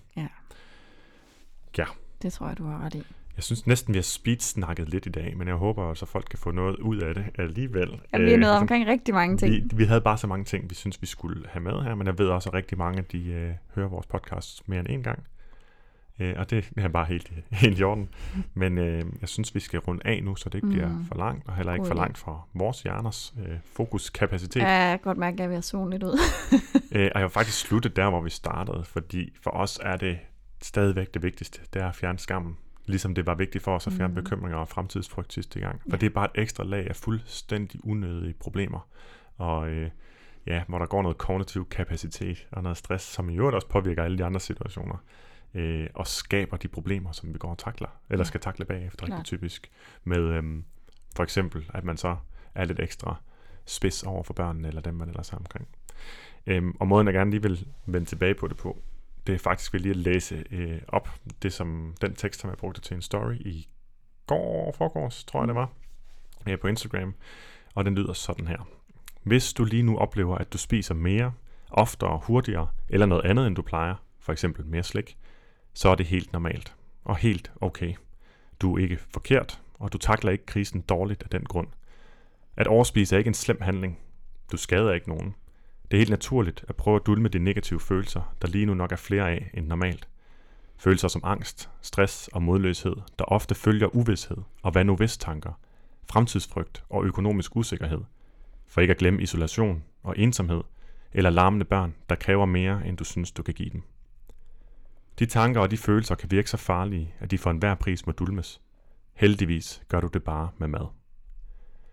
S2: Ja.
S3: Det tror jeg, du har ret i.
S2: Jeg synes næsten, vi har speedsnakket lidt i dag, men jeg håber også, at folk kan få noget ud af det alligevel.
S3: Ja, vi er nået omkring rigtig mange ting.
S2: Vi havde bare så mange ting, vi synes, vi skulle have med her, men jeg ved også, at rigtig mange, de hører vores podcast mere end en gang. Og det er bare helt i orden. Men jeg synes, vi skal runde af nu, så det ikke bliver for langt, og heller ikke for langt fra vores hjerners fokuskapacitet.
S3: Ja, jeg kan godt mærke, at jeg vil have zone lidt ud.
S2: Og jeg vil faktisk slutte der, hvor vi startede, fordi for os er det stadigvæk det vigtigste, det er at fjerne skammen. Ligesom det var vigtigt for os at fjerne bekymringer og fremtidsfrygt sidste gang. For det er bare et ekstra lag af fuldstændig unødige problemer. Og hvor der går noget kognitiv kapacitet og noget stress, som i øvrigt også påvirker alle de andre situationer. Og skaber de problemer, som vi går og takler, eller skal takle bagefter, rigtig typisk. Med for eksempel, at man så er lidt ekstra spids over for børnene, eller dem, man ellers er omkring. Og måden, jeg gerne lige vil vende tilbage på det på, det er faktisk ved lige at læse op den tekst, som jeg brugte til en story i forgårs, tror jeg det var, på Instagram. Og den lyder sådan her. Hvis du lige nu oplever, at du spiser mere, oftere, hurtigere, eller noget andet, end du plejer, for eksempel mere slik, så er det helt normalt og helt okay. Du er ikke forkert, og du takler ikke krisen dårligt af den grund. At overspise er ikke en slem handling. Du skader ikke nogen. Det er helt naturligt at prøve at dulme de negative følelser, der lige nu nok er flere af end normalt. Følelser som angst, stress og modløshed, der ofte følger uvished og hvad nu hvis tanker, fremtidsfrygt og økonomisk usikkerhed. For ikke at glemme isolation og ensomhed, eller larmende børn, der kræver mere, end du synes, du kan give dem. De tanker og de følelser kan virke så farlige, at de for enhver pris må dulmes. Heldigvis gør du det bare med mad.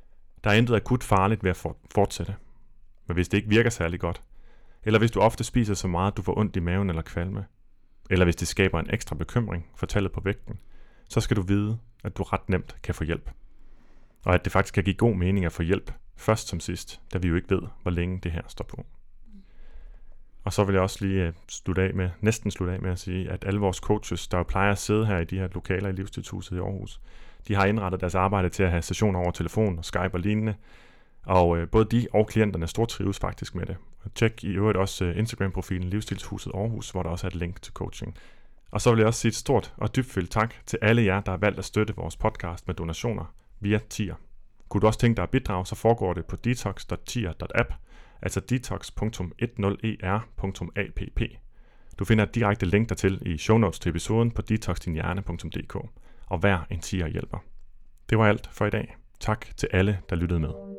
S2: Der er intet akut farligt ved at fortsætte. Men hvis det ikke virker særlig godt, eller hvis du ofte spiser så meget, at du får ondt i maven eller kvalme, eller hvis det skaber en ekstra bekymring for tallet på vægten, så skal du vide, at du ret nemt kan få hjælp. Og at det faktisk kan give god mening at få hjælp først som sidst, da vi jo ikke ved, hvor længe det her står på. Og så vil jeg også lige slutte af med at sige, at alle vores coaches, der jo plejer at sidde her i de her lokaler i Livsstilshuset i Aarhus, de har indrettet deres arbejde til at have sessioner over telefon og Skype og lignende. Og både de og klienterne stortrives faktisk med det. Tjek i øvrigt også Instagram-profilen Livsstilshuset Aarhus, hvor der også er et link til coaching. Og så vil jeg også sige et stort og dybfølt tak til alle jer, der har valgt at støtte vores podcast med donationer via Tier. Kunne du også tænke dig at bidrage, så foregår det på detox.tier.app, altså detox.10er.app. Du finder et direkte link dertil i show notes til episoden på detoxdinhjerne.dk, og hver en tier hjælper. Det var alt for i dag. Tak til alle, der lyttede med.